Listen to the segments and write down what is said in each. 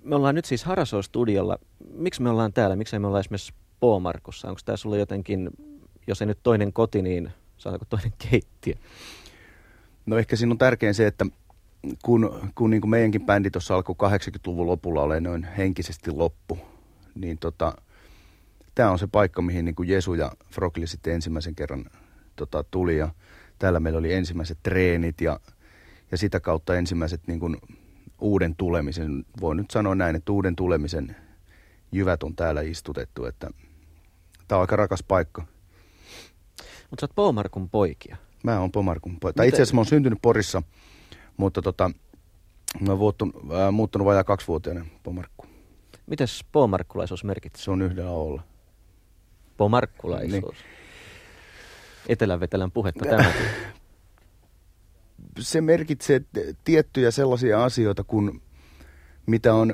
Me ollaan nyt siis Harasoo-studiolla. Miksi me ollaan täällä? Miksi me ollaan esimerkiksi Påmarkussa? Onko tämä sulle jotenkin, jos ei nyt toinen koti, niin saadaanko toinen keittiö? No ehkä siinä on tärkein se, että kun niin kuin meidänkin bändi tuossa alkoi 80-luvun lopulla olemaan noin henkisesti loppu, niin tämä on se paikka, mihin niin kuin Jesu ja Frogli sitten ensimmäisen kerran tuli. Ja täällä meillä oli ensimmäiset treenit ja sitä kautta ensimmäiset niin kuin uuden tulemisen, voin nyt sanoa näin, että uuden tulemisen jyvät on täällä istutettu, että tämä on aika rakas paikka. Mutta sä oot Påmarkun poikia. Mä oon Påmarkun poikia. Tai itse asiassa mä oon syntynyt Porissa, mutta mä oon muuttunut vajaa 2-vuotiaana Påmarkkuun. Mites påmarkkulaisuus merkitsee? Se on yhdellä olla. Påmarkkulaisuus. Niin. Etelänvetelän puhetta tämäkin. Se merkitsee tiettyjä sellaisia asioita, mitä on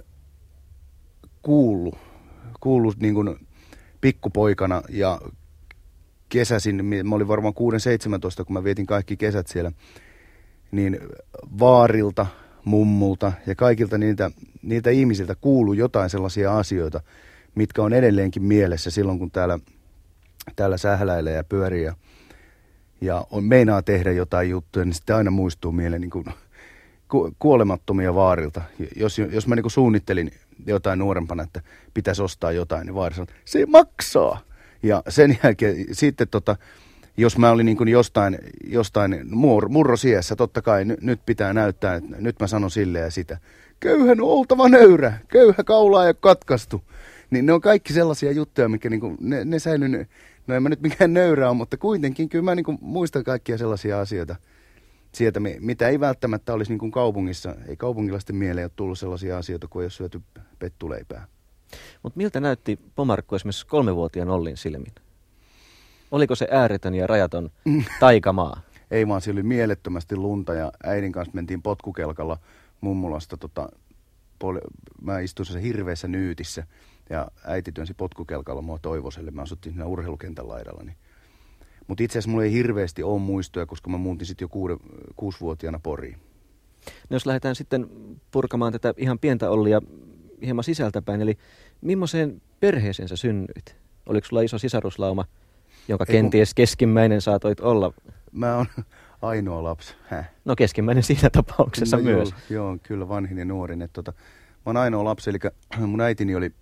kuullut niin kuin pikkupoikana ja kesäsin, mä olin varmaan 6-17, kun mä vietin kaikki kesät siellä, niin vaarilta, mummulta ja kaikilta niiltä ihmisiltä kuuluu jotain sellaisia asioita, mitkä on edelleenkin mielessä silloin, kun täällä sähläilee ja pyörii ja meinaa tehdä jotain juttuja, niin sitten aina muistuu mieleen niin kuin kuolemattomia vaarilta. Jos mä niin kuin suunnittelin jotain nuorempana, että pitäisi ostaa jotain, niin vaari sanoi, se maksaa. Ja sen jälkeen sitten jos mä olin niin kuin jostain murrosiässä, totta kai nyt pitää näyttää, että nyt mä sanon sille ja sitä. Köyhän on oltava nöyrä, köyhä kaula ei ole katkaistu. Niin ne on kaikki sellaisia juttuja, mikä niin kuin, ne säilyy, no en mä nyt mikään nöyrä ole, mutta kuitenkin kyllä mä niin kuin muistan kaikkia sellaisia asioita sieltä, mitä ei välttämättä olisi niin kuin kaupungissa. Ei kaupunkilaisten mieleen ole tullut sellaisia asioita, kun ei ole syöty pettuleipää. Mutta miltä näytti Påmarkku esimerkiksi 3-vuotiaan Ollin silmin? Oliko se ääretön ja rajaton taikamaa? Ei vaan, siellä oli mielettömästi lunta ja äidin kanssa mentiin potkukelkalla mummulasta. Mä istuin se hirveässä nyytissä ja äiti työnsi potkukelkalla mua Toivoselle. Mä asuttiin siinä urheilukentän laidalla. Mutta itse asiassa mulla ei hirveästi ole muistoja, koska mä muutin sitten jo 6-vuotiaana Poriin. No jos lähdetään sitten purkamaan tätä ihan pientä Ollia hieman sisältäpäin, eli millaiseen perheeseen sä synnyit? Oliko sulla iso sisaruslauma, jonka kenties keskimmäinen saatoit olla? Mä oon ainoa lapsi. No keskimmäinen siinä tapauksessa no, myös. Joo, kyllä vanhin ja nuorin. Mä oon ainoa lapsi, eli mun äitini oli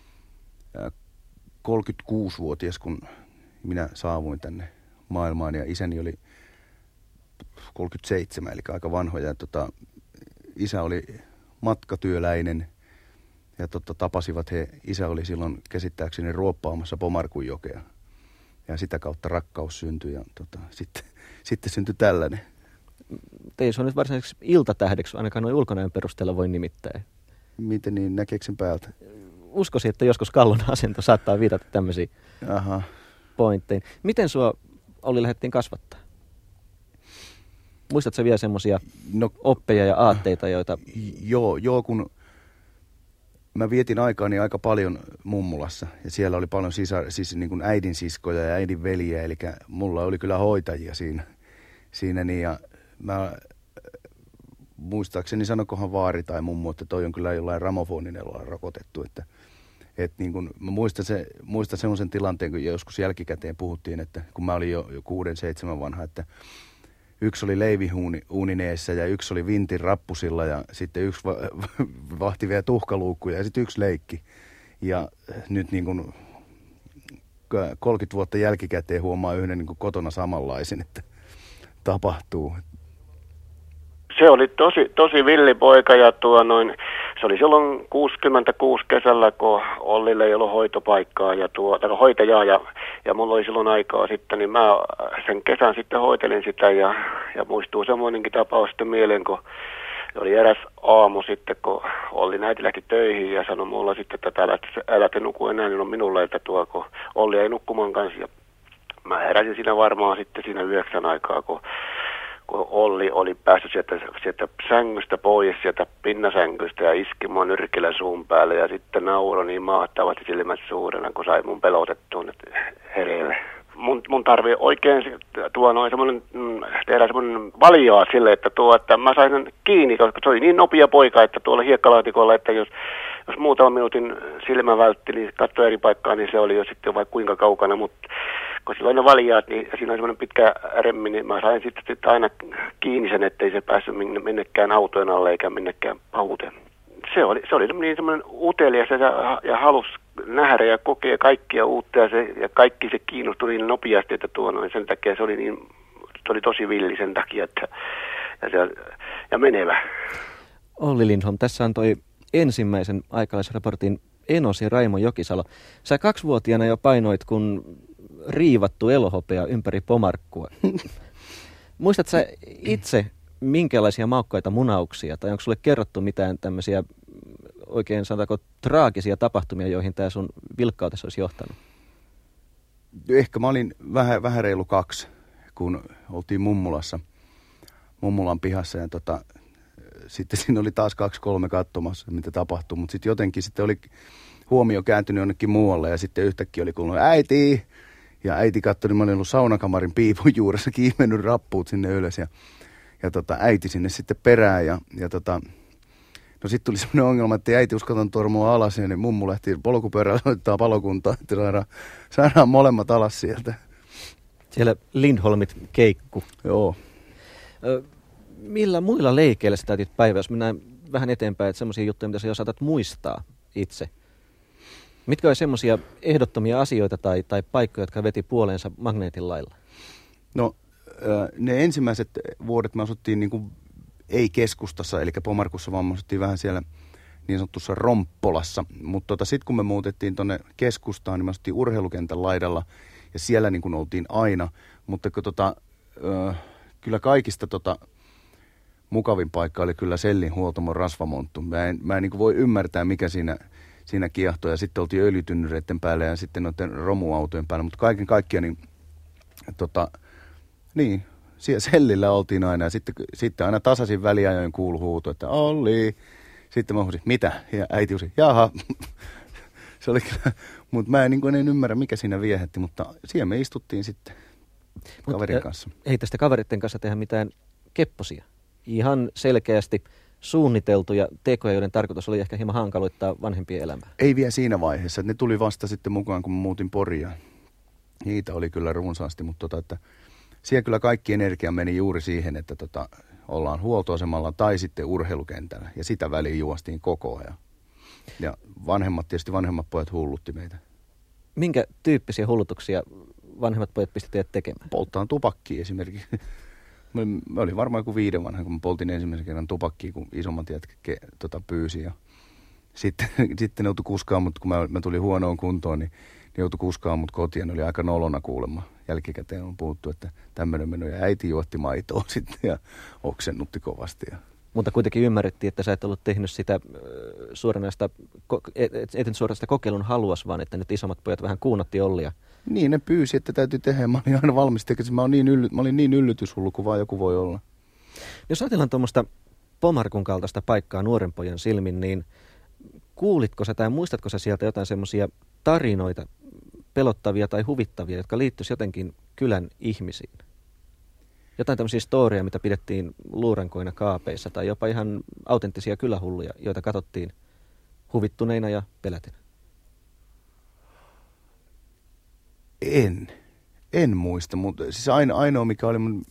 36-vuotias, kun minä saavuin tänne maailmaan, ja isäni oli 37, eli aika vanhoja. Isä oli matkatyöläinen, ja tapasivat isä oli silloin käsittääkseni ruoppaamassa Påmarkun jokea. Ja sitä kautta rakkaus syntyi, ja sitten syntyi tällainen. Ei se on nyt varsinaisesti iltatähdeksi, ainakaan noin ulkonäön perusteella voi nimittää. Miten niin, näkeekö sen päältä? Uskoisin, että joskus kallon asento saattaa viitata tämmöisiin pointteihin. Miten sua Olli lähdettiin kasvattaa? Muistatko sä vielä semmoisia oppeja ja aatteita, joita... Joo, kun mä vietin aikaani aika paljon mummulassa ja siellä oli paljon siis niin kuin äidin siskoja ja äidin veliä, eli mulla oli kyllä hoitajia siinä niin, ja mä muistaakseni sanokohan vaari tai mummu, että toi on kyllä jollain ramofoninella rokotettu, että niin kun mä muistan semmoisen tilanteen, kun joskus jälkikäteen puhuttiin, että kun mä olin jo 6-7 vanha, että yksi oli leivihuunineessä ja yksi oli vintin rappusilla ja sitten yksi vahti vielä tuhkaluukkuja ja sitten yksi leikki. Ja nyt niin kuin 30 vuotta jälkikäteen huomaa yhden niin kuin kotona samanlaisen, että tapahtuu. Se oli tosi villipoika ja se oli silloin 66 kesällä, kun Ollille ei ollut hoitopaikkaa ja hoitajaa ja mulla oli silloin aikaa sitten, niin mä sen kesän sitten hoitelin sitä ja muistuu semmoinenkin tapaus sitten mieleen, kun oli eräs aamu sitten, kun Olli äiti lähti töihin ja sanoi mulla sitten, että älä te nuku enää, niin on minulle, että kun Olli ei nukkumaan kanssa ja mä heräsin siinä varmaan sitten siinä 9 aikaa, kun Olli oli päässyt sieltä sängystä pois, sieltä pinnasängystä ja iski mua nyrkillä suun päälle ja sitten nauroi niin mahtavasti silmät suurena, kun sai mun pelotettua hereille. Mun tarvii oikein semmoinen tehdä semmoinen valjaa sille, että mä sain sen kiinni, koska se oli niin nopea poika, että tuolla hiekkalaatikolla, että jos muutaman minuutin silmä vältti, niin katsoi eri paikkaa, niin se oli jo sitten vaikka kuinka kaukana, mutta kun sillä on ne valjaat, niin siinä on semmoinen pitkä remmi, niin mä sain sitten aina kiinni sen, ettei se päässyt minnekään autojen alle eikä minnekään pahuuteen. Se oli niin semmoinen utelias ja halusi nähdä ja kokea kaikkia uutta ja kaikki se kiinnostui niin nopeasti, että sen takia se oli tosi villi sen takia, että ja menevä. Olli Lindholm, tässä on toi ensimmäisen aikalaisraportin enosi Raimo Jokisalo. Sä 2-vuotiaana jo painoit kun riivattu elohopea ympäri pomarkkua. Muistat sä itse minkälaisia maukkaita munauksia, tai onko sulle kerrottu mitään tämmöisiä oikein sanotaanko traagisia tapahtumia, joihin tämä sun vilkkautessa olisi johtanut? Ehkä mä olin vähän reilu 2, kun oltiin mummulan pihassa ja sitten siinä oli taas 2-3 katsomassa, mitä tapahtui, mutta sitten jotenkin sitten oli huomio kääntynyt jonnekin muualle ja sitten yhtäkkiä oli kuulunut äiti. Ja äiti katsoi, niin mä olin ollut saunakamarin piipun juuressa, kiimennyt rappuut sinne ylös ja äiti sinne sitten perään no sitten tuli semmoinen ongelma, että äiti uskaltanut tormua alas ja niin mummu lähti polkupyörällä soittaa palokuntaa, että saadaan molemmat alas sieltä. Siellä Lindholmit keikku. Joo. Millä muilla leikeillä sä täytit päivää, jos mennään vähän eteenpäin, että semmoisia juttuja, mitä sä jo saatat muistaa itse? Mitkä oli semmoisia ehdottomia asioita tai paikkoja, jotka veti puoleensa magneetin lailla? No ne ensimmäiset vuodet me asuttiin niin kuin ei keskustassa, eli Pomarkussa, vaan me asuttiin vähän siellä niin sanottussa Romppolassa. Mutta sitten kun me muutettiin tuonne keskustaan, niin me asuttiin urheilukentän laidalla ja siellä niin kuin oltiin aina. Mutta kun kyllä kaikista mukavin paikka oli kyllä Sellin huoltamon rasvamonttu. Mä en niin kuin voi ymmärtää, mikä siinä kiehtoi ja sitten oltiin öljytynnyreiden päällä ja sitten noiden romuautojen päällä, mutta kaiken kaikkiaan niin siellä Sellillä oltiin aina ja sitten aina tasaisin väliajoin kuului huuto, että Olli. Sitten mä huusin, mitä? Ja äiti huusi, jaha. Se oli kyllä, mutta mä en ymmärrä, mikä siinä viehätti, mutta siellä me istuttiin sitten kaverin kanssa. Ei tästä kaveritten kanssa tehdä mitään kepposia. Ihan selkeästi suunniteltuja tekoja, joiden tarkoitus oli ehkä hieman hankaloittaa vanhempien elämää. Ei vielä siinä vaiheessa, että ne tuli vasta sitten mukaan, kun mä muutin Poriaan. Niitä oli kyllä runsaasti, mutta että siellä kyllä kaikki energia meni juuri siihen, että ollaan huoltoasemalla tai sitten urheilukentällä. Ja sitä väliin juostiin koko ajan. Ja vanhemmat pojat hullutti meitä. Minkä tyyppisiä hullutuksia vanhemmat pojat pisti teidät tekemään? Polttaan tupakkia esimerkiksi. Mä olin varmaan joku 5 vanha, kun mä poltin ensimmäisen kerran tupakkia, kun isommat jätkä pyysi. Ja sitten ne joutui kuskaamaan, mutta kun mä tulin huonoon kuntoon, niin ne joutui kuskaamaan mut kotiin. Ne oli aika nolona kuulemma. Jälkikäteen on puhuttu, että tämmöinen meno. Ja äiti juotti maitoa sitten ja oksennutti kovasti. Mutta kuitenkin ymmärrettiin, että sä et ollut tehnyt sitä suoranaista kokeilun haluas, vaan että nyt isommat pojat vähän kuunatti Ollia. Niin, ne pyysi, että täytyy tehdä. Mä olin aina valmis tekemään. Mä olin niin yllytyshullu kuin vaan joku voi olla. Jos ajatellaan tuommoista Pomarkun kaltaista paikkaa nuoren pojan silmin, niin kuulitko sä tai muistatko sä sieltä jotain semmoisia tarinoita, pelottavia tai huvittavia, jotka liittyisi jotenkin kylän ihmisiin? Jotain tämmöisiä storeja, mitä pidettiin luurankoina kaapeissa tai jopa ihan autenttisia kylähulluja, joita katsottiin huvittuneina ja pelätynä. En muista, mutta siis ainoa mikä oli mun,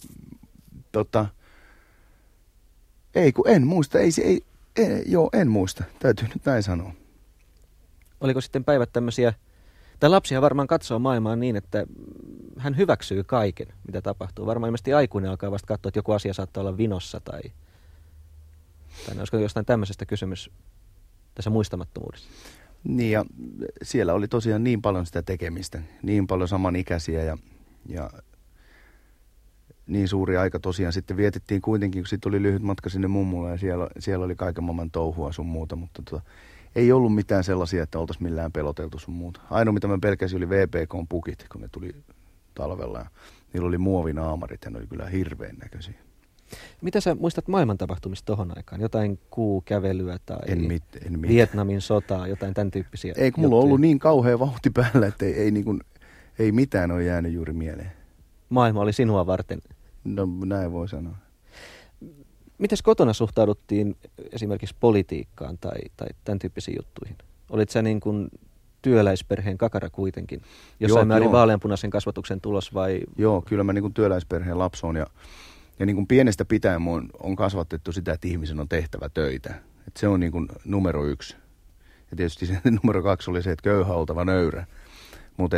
en muista, en muista, täytyy nyt näin sanoa. Oliko sitten päivät tämmöisiä, tai lapsia varmaan katsoo maailmaa niin, että hän hyväksyy kaiken, mitä tapahtuu. Varmaan ilmeisesti aikuinen alkaa vasta katsoa, että joku asia saattaa olla vinossa tai olisiko jostain tämmöisestä kysymys tässä muistamattomuudessa. Niin ja siellä oli tosiaan niin paljon sitä tekemistä, niin paljon samanikäisiä ja niin suuri aika tosiaan sitten vietettiin kuitenkin, kun sitten oli lyhyt matka sinne mummulle ja siellä oli kaiken maailman touhua sun muuta, mutta ei ollut mitään sellaisia, että oltaisiin millään peloteltu sun muuta. Ainoa mitä mä pelkäsin oli VPK:n pukit, kun ne tuli talvella ja niillä oli muovinaamarit ja ne oli kyllä hirveän näköisiä. Mitä sä muistat maailman tapahtumista tohon aikaan? Jotain kuukävelyä tai en Vietnamin sotaa, jotain tämän tyyppisiä ei, kun mulla on ollut niin kauhea vauhti päällä, että ei mitään ole jäänyt juuri mieleen. Maailma oli sinua varten No näin voi sanoa. Mites kotona suhtauduttiin esimerkiksi politiikkaan tai tämän tyyppisiin juttuihin? Olit sä niin kuin työläisperheen kakara kuitenkin? Jossain määrin vaaleanpunaisen kasvatuksen tulos vai? Joo, kyllä mä niin kuin työläisperheen lapsi on ja niin kuin pienestä pitäen on kasvatettu sitä, että ihmisen on tehtävä töitä. Et se on niin kuin numero 1. Ja tietysti se numero 2 oli se, että köyhä oltava nöyrä. Mutta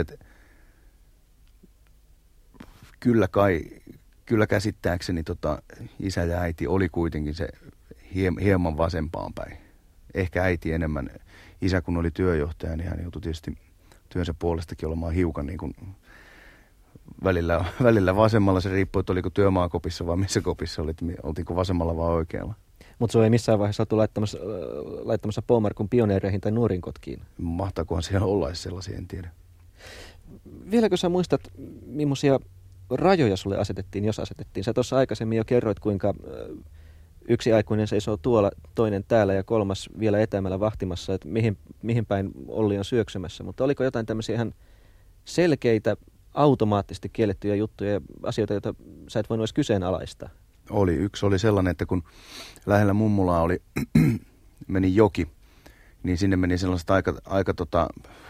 kyllä käsittääkseni isä ja äiti oli kuitenkin se hieman vasempaan päin. Ehkä äiti enemmän. Isä kun oli työjohtaja, niin hän joutui tietysti työnsä puolestakin olemaan hiukan niin kuin välillä vasemmalla. Se riippui, että oliko työmaakopissa vai missä kopissa olit, oltiinko vasemmalla vai oikealla. Mutta se ei missään vaiheessa oltu laittamassa Poumarkun pioneereihin tai nuorinkotkiin. Mahtaakohan siellä olla sellaisia, en tiedä. Vieläkö sä muistat, millaisia rajoja sulle asetettiin, jos asetettiin? Sä tuossa aikaisemmin jo kerroit, kuinka yksi aikuinen seisoo tuolla, toinen täällä ja kolmas vielä etäämällä vahtimassa, että mihin päin Olli on syöksymässä. Mutta oliko jotain tämmöisiä ihan selkeitä, automaattisesti kiellettyjä juttuja ja asioita, joita sä et voinut edes kyseenalaistaa? Yksi oli sellainen, että kun lähellä mummulaa meni joki, niin sinne meni sellaiset aika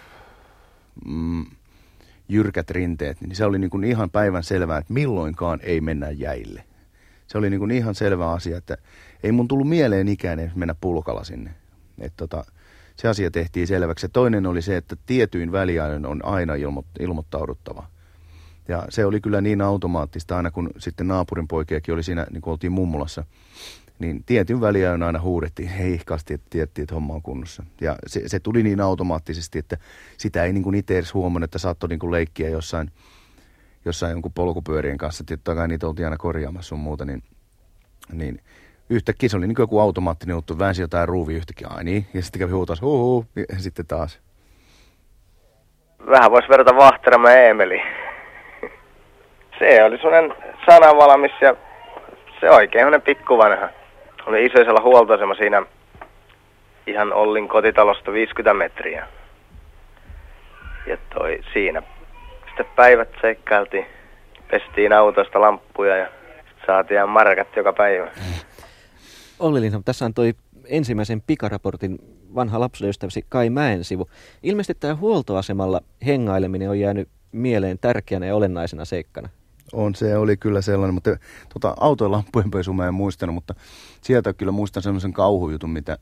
jyrkät rinteet, niin se oli niin kuin ihan päivän selvää, että milloinkaan ei mennä jäille. Se oli niin kuin ihan selvä asia, että ei mun tullut mieleen ikään mennä pulkalla sinne. Se asia tehtiin selväksi. Ja toinen oli se, että tietyin väliajoin on aina ilmoittauduttava. Ja se oli kyllä niin automaattista, aina kun sitten naapurin poikiakin oli siinä, niin kun oltiin mummulassa, niin tietyn väliajoin aina huudettiin heihkaasti, että tiedettiin, että homma on kunnossa. Ja se tuli niin automaattisesti, että sitä ei niin kuin itse edes huomannut, että saattoi niin kuin leikkiä jossain jonkun polkupyörien kanssa. Totta kai niitä oltiin aina korjaamassa sun muuta, niin yhtäkkiä se oli niin kuin joku automaattinen juttu, väänsi jotain ruuvia yhtäkkiä, niin, ja sitten kävi huutas, ja sitten taas. Vähän voisi verrata Vahterama ja Eemeli. Se oli sellainen sananvalmis ja se oikein sellainen pikkuvanha. Oli isoisella huoltoasema siinä ihan Ollin kotitalosta 50 metriä. Ja siinä sitten päivät seikkailtiin, pestiin autoista lamppuja ja saatiin markat joka päivä. Olli Lindholm, tässä on toi ensimmäisen pikaraportin vanha lapsuusystäväsi Kai Mäensivu. Ilmeisesti tämä huoltoasemalla hengaileminen on jäänyt mieleen tärkeänä ja olennaisena seikkana. Se oli kyllä sellainen, mutta autojen lampujen pesu mä en muistanut, mutta sieltä kyllä muistan sellaisen kauhujutun, mitä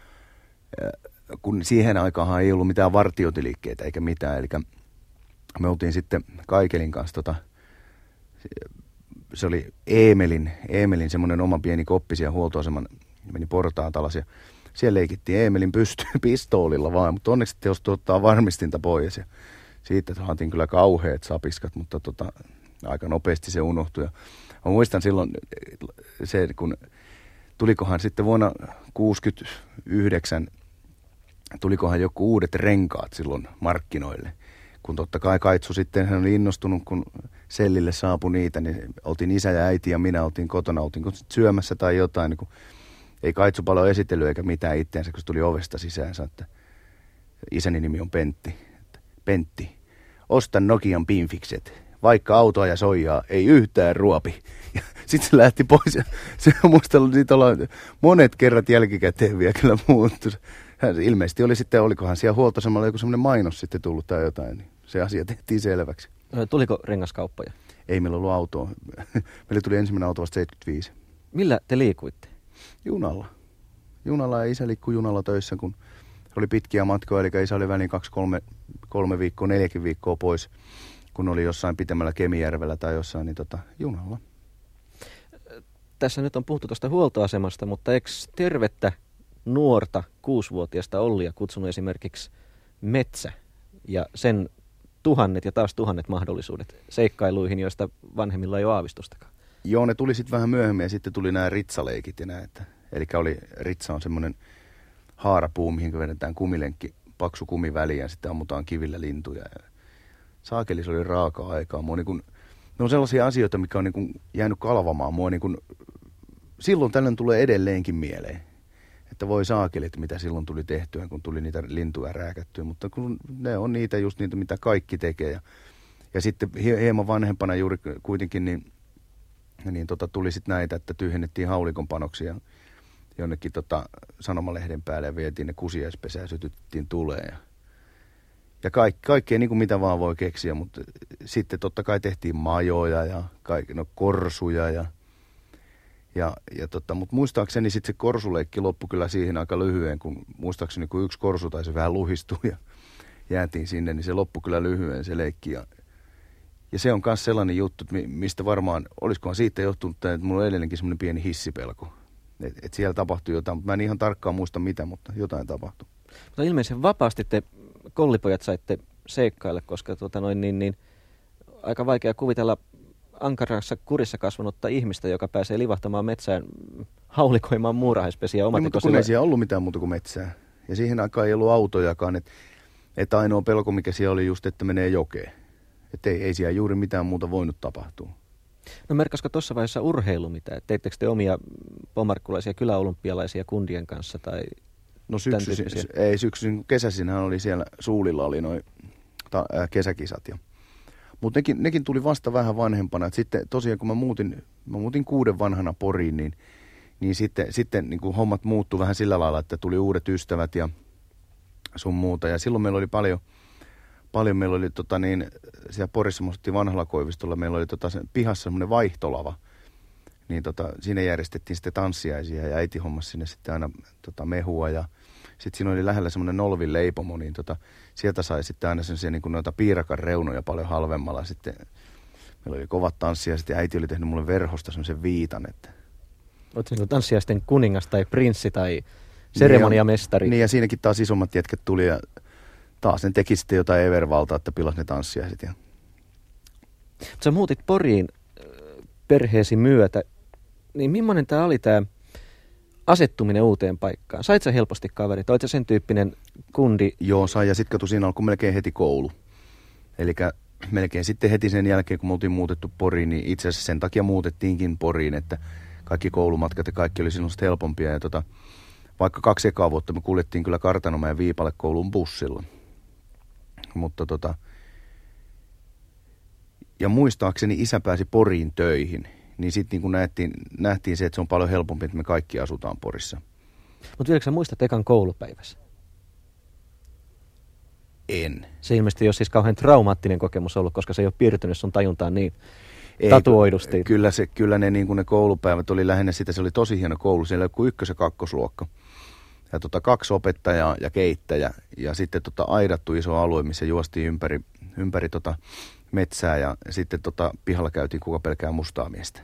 kun siihen aikaan ei ollut mitään vartiotiliikkeitä eikä mitään, eli me oltiin sitten Kaikelin kanssa, se oli Eemelin semmoinen oma pieni koppi siellä huoltoaseman, meni portaan alas ja siellä leikittiin Eemelin pistoolilla vaan, mutta onneksi teostu ottaa varmistinta pois ja siitä saatiin kyllä kauheat sapiskat, mutta aika nopeasti se unohtui. Ja mä muistan silloin se, kun tulikohan sitten vuonna 1969, tulikohan joku uudet renkaat silloin markkinoille. Kun totta kai Kaitsu sitten, hän oli innostunut, kun sellille saapui niitä, niin oltiin isä ja äiti ja minä oltiin kotona, oltiin syömässä tai jotain. Niin kun ei Kaitsu paljon esitellyt eikä mitään itseänsä, kun se tuli ovesta sisään, että isäni nimi on Pentti. Pentti, osta Nokian Pinfixet. Vaikka autoa ja soijaa, ei yhtään ruopi. Sitten se lähti pois ja se on muistellut, niitä ollaan monet kerrat jälkikäteen vielä kyllä muuttunut. Ilmeisesti olikohan siellä huoltoasemalla joku semmoinen mainos sitten tullut tai jotain, niin se asia tehtiin selväksi. Tuliko rengaskauppoja? Ei meillä ollut autoa. Meillä tuli ensimmäinen auto vasta 75. Millä te liikuitte? Junalla. Junalla ja isä liikkui junalla töissä, kun oli pitkiä matkoja, eli isä oli väliin 2-3 viikkoa, 4 viikkoa pois, kun oli jossain pitemmällä Kemijärvellä tai jossain, niin junalla. Tässä nyt on puhuttu tuosta huoltoasemasta, mutta eikö tervettä nuorta 6-vuotiaasta Ollia kutsunut esimerkiksi metsä ja sen tuhannet ja taas tuhannet mahdollisuudet seikkailuihin, joista vanhemmilla ei ole aavistustakaan? Joo, ne tuli sitten vähän myöhemmin ja sitten tuli nämä ritsaleikit ja näin. Eli ritsa on semmoinen haarapuu, mihin vedetään kumilenkki, paksu kumiväli ja sitten ammutaan kivillä lintuja. Saakeli, se oli raakaa aikaa. Ne on sellaisia asioita, mikä on niin kuin jäänyt kalvamaan. Mua niin kuin, silloin tällöin tulee edelleenkin mieleen, että voi saakelit, mitä silloin tuli tehtyä, kun tuli niitä lintuja rääkättyä. Mutta kun ne on niitä just niitä, mitä kaikki tekee. Ja sitten hieman vanhempana juuri kuitenkin, niin niin tuli sitten näitä, että tyhjennettiin haulikon panoksia jonnekin sanomalehden päälle ja vietiin ne kusiaispesään ja sytyttiin tuleen. Ja kaikkea niin kuin mitä vaan voi keksiä, mutta sitten totta kai tehtiin majoja ja korsuja mutta muistaakseni sitten se korsuleikki loppui kyllä siihen aika lyhyen, kun muistaakseni kun yksi korsu taisi vähän luhistua ja jäätiin sinne, niin se loppui kyllä lyhyen se leikki. Ja se on myös sellainen juttu, mistä varmaan, olisikohan siitä johtunut, että mulla on edelleenkin semmoinen pieni hissipelko. Että siellä tapahtui jotain, mutta mä en ihan tarkkaan muista mitä, mutta jotain tapahtui. Mutta ilmeisen vapaasti te kollipojat saitte seikkailla, koska aika vaikea kuvitella ankarassa kurissa kasvanutta ihmistä, joka pääsee livahtamaan metsään haulikoimaan muurahaispesiä mutta kun ei siellä ollut mitään muuta kuin metsää. Ja siihen aikaan ei ollut autojakaan, että ainoa pelko mikä siellä oli just, että menee jokeen. Että ei siellä juuri mitään muuta voinut tapahtua. No merkkasko tuossa vaiheessa urheilu mitään? Teittekö te omia pomarkkulaisia kyläolympialaisia kundien kanssa? Tai no syksyisin, kesäisinhän oli siellä Suulilla oli noin kesäkisat. Mutta nekin tuli vasta vähän vanhempana. Et sitten tosiaan kun mä muutin 6 vanhana Poriin, niin sitten niin kuin hommat muuttui vähän sillä lailla, että tuli uudet ystävät ja sun muuta. Ja silloin meillä oli paljon meillä oli siellä Porissa muistettiin vanhalla Koivistolla, meillä oli pihassa semmoinen vaihtolava. Niin siinä järjestettiin sitten tanssiaisia ja äiti hommasi sinne sitten aina mehua ja sitten siinä oli lähellä semmoinen Nolvin leipomo, niin sieltä sai sitten aina semmoisia niin kuin noita piirakan reunoja paljon halvemmalla. Sitten meillä oli kovat tanssia ja sitten äiti oli tehnyt mulle verhosta semmoisen viitan. Että oletko niin tanssiaisten kuningas tai prinssi tai seremoniamestari? Niin ja siinäkin taas isommat jätket tuli ja taas ne teki sitten jotain evervaltaa, että pilas ne tanssiaiset. Sä muutit Poriin perheesi myötä, niin millainen tämä oli tämä asettuminen uuteen paikkaan? Sait sä helposti kaverit? Olit sä sen tyyppinen kundi? Joo, sai ja sitten siinä alkoi melkein heti koulu. Eli melkein sitten heti sen jälkeen, kun me oltiin muutettu Poriin, niin itse asiassa sen takia muutettiinkin Poriin, että kaikki koulumatkat ja kaikki oli silloin helpompia. Ja vaikka 2 ekaa vuotta me kuljettiin kyllä Kartanomäen Viipale-koulun bussilla. Mutta ja muistaakseni isä pääsi Poriin töihin, niin sitten niin nähtiin se, että se on paljon helpompi, että me kaikki asutaan Porissa. Mutta vieläkö sä muistat ekan koulupäivässä? En. Se ilmeisesti ei ole siis kauhean traumaattinen kokemus ollut, koska se ei ole piirtynyt sun tajuntaan niin tatuoidusti. Kyllä ne, niin kuin ne koulupäivät oli lähinnä sitä, se oli tosi hieno koulu, siellä oli 1- ja 2-luokka. Ja 2 opettajaa ja keittäjä ja sitten aidattu iso alue, missä juostiin ympäri metsää ja sitten pihalla käytiin kuka pelkää mustaa miestä.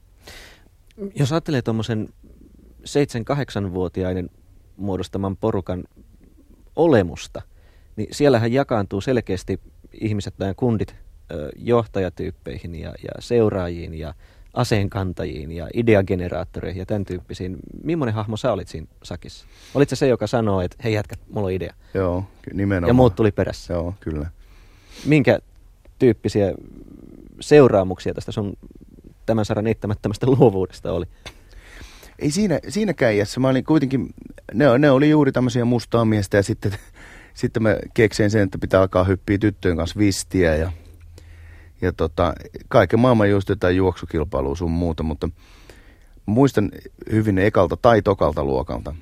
Jos ajattelee tuommoisen 7-8-vuotiaiden muodostaman porukan olemusta, niin siellähän jakaantuu selkeästi ihmiset tai kundit johtajatyyppeihin ja seuraajiin ja aseenkantajiin ja ideageneraattoreihin ja tämän tyyppisiin. Millainen hahmo sä olit siinä sakissa? Olitko se joka sanoo, että hei jätkä, mulla on idea? Joo, nimenomaan. Ja muut tuli perässä? Joo, kyllä. Minkä tyyppisiä seuraamuksia tästä sun tämän saran eittämättömästä luovuudesta oli? Ei siinäkään iässä. Mä olin kuitenkin, ne oli juuri tämmöisiä mustaa miestä ja sitten mä keksin sen, että pitää alkaa hyppiä tyttöjen kanssa vistiä ja kaiken maailman just jotain juoksukilpailua sun muuta, mutta muistan hyvin ekalta tai tokalta luokalta,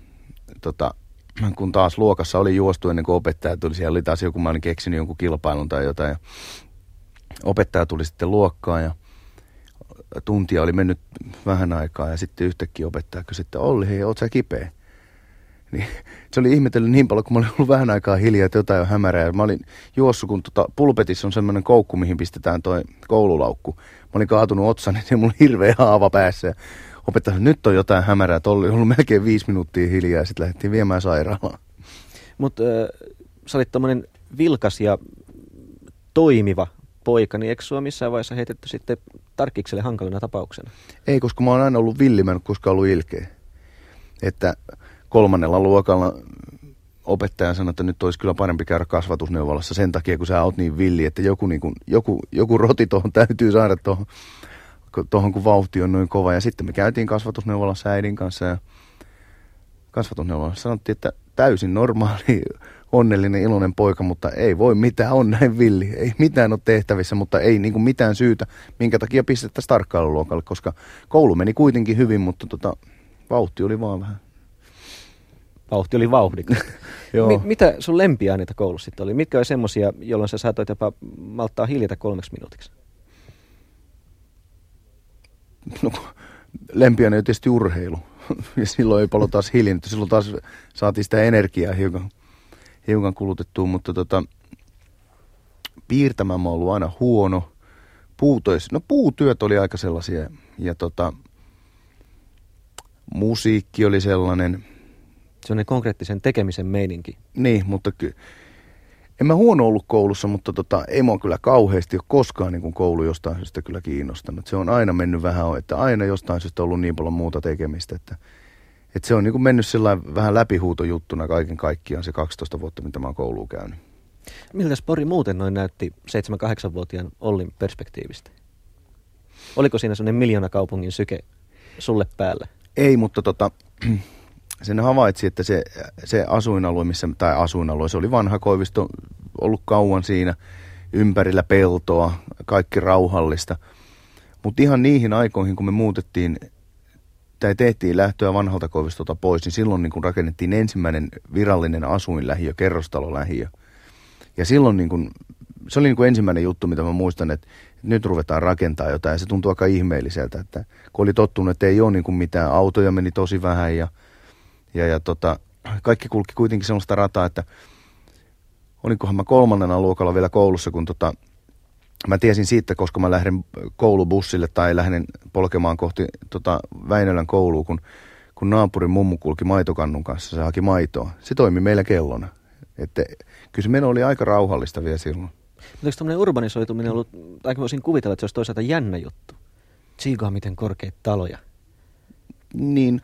kun taas luokassa oli juostu ennen kuin opettaja tuli, siellä oli taas joku, mä olin keksinyt jonkun kilpailun tai jotain, ja opettaja tuli sitten luokkaan ja tuntia oli mennyt vähän aikaa ja sitten yhtäkkiä opettaja kysyi, että Olli, hei, oot sä kipeä? Niin, se oli ihmetellyt niin paljon, kun mä olin ollut vähän aikaa hiljaa, että jotain on hämärää. Mä olin juossut, kun pulpetissa on semmoinen koukku, mihin pistetään toi koululaukku. Mä olin kaatunut otsani, niin mulla oli hirveä haava päässä. Ja opettaja, nyt on jotain hämärää. Olli ollut melkein 5 minuuttia hiljaa ja sitten lähdettiin viemään sairaalaan. Mutta sä olit tommonen vilkas ja toimiva poika, niin eikö sua missään vaiheessa heitetty sitten tarkkikselle hankalana tapauksena? Ei, koska mä oon aina ollut villimän, koska ollut ilkeä. Että 3. luokalla opettaja sanoi, että nyt olisi kyllä parempi käydä kasvatusneuvolassa sen takia, kun sä oot niin villi, että joku roti tuohon täytyy saada tuohon, kun vauhti on noin kova. Ja sitten me käytiin kasvatusneuvolassa äidin kanssa ja kasvatusneuvolassa sanottiin, että täysin normaali onnellinen, iloinen poika, mutta ei voi mitään, on näin villi. Ei mitään ole tehtävissä, mutta ei niin kuin mitään syytä, minkä takia pistettäisiin tarkkailuluokalle, koska koulu meni kuitenkin hyvin, mutta vauhti oli vaan vähän. Vauhti oli vauhdikas. Mitä sun lempiaineita koulussa sitten oli? Mitkä oli semmoisia, jolloin sä saatoit jopa malttaa hiljata 3 minuutiksi? No, lempiaine oli tietysti urheilu. Ja silloin ei paljon taas hiljennetty. Silloin taas saatiin sitä energiaa hiukan kulutettua, mutta piirtämään mä oon ollut aina huono. Puutyöt oli aika sellaisia. Ja musiikki oli sellainen. Sellainen konkreettisen tekemisen meininki. Niin, mutta en mä huono ollut koulussa, mutta ei mua kyllä kauheasti ole koskaan niin kuin koulu jostain syystä kyllä kiinnostanut. Se on aina mennyt vähän, että aina jostain syystä ollut niin paljon muuta tekemistä, että se on niin kuin mennyt sellainen vähän läpihuutojuttuna kaiken kaikkiaan se 12 vuotta, mitä mä oon kouluun käynyt. Miltä Pori muuten noin näytti 7-8-vuotiaan Ollin perspektiivistä? Oliko siinä sellainen miljoonakaupungin syke sulle päällä? Ei, mutta sen havaitsi, että se asuinalue, se oli vanha Koivisto, ollut kauan siinä, ympärillä peltoa, kaikki rauhallista. Mutta ihan niihin aikoihin, kun me muutettiin, tai tehtiin lähtöä vanhalta Koivistolta pois, niin silloin niin kun rakennettiin ensimmäinen virallinen asuinlähiö, kerrostalolähiö. Ja silloin niin kun, se oli niin kun ensimmäinen juttu, mitä mä muistan, että nyt ruvetaan rakentaa jotain, ja se tuntui aika ihmeelliseltä, että kun oli tottunut, että ei ole niin kun mitään, autoja meni tosi vähän, ja kaikki kulki kuitenkin sellaista rataa, että olinkohan mä 3. luokalla vielä koulussa, kun mä tiesin siitä, koska mä lähden koulubussille tai lähden polkemaan kohti Väinölän kouluun, kun naapurin mummu kulki maitokannun kanssa, se haki maitoa. Se toimi meillä kellona. Että kyllä se meno oli aika rauhallista vielä silloin. Mutta eikö tämmöinen urbanisoituminen ollut, tai voisin kuvitella, että se olisi toisaalta jännä juttu? Tsiikaa miten korkeita taloja. Niin,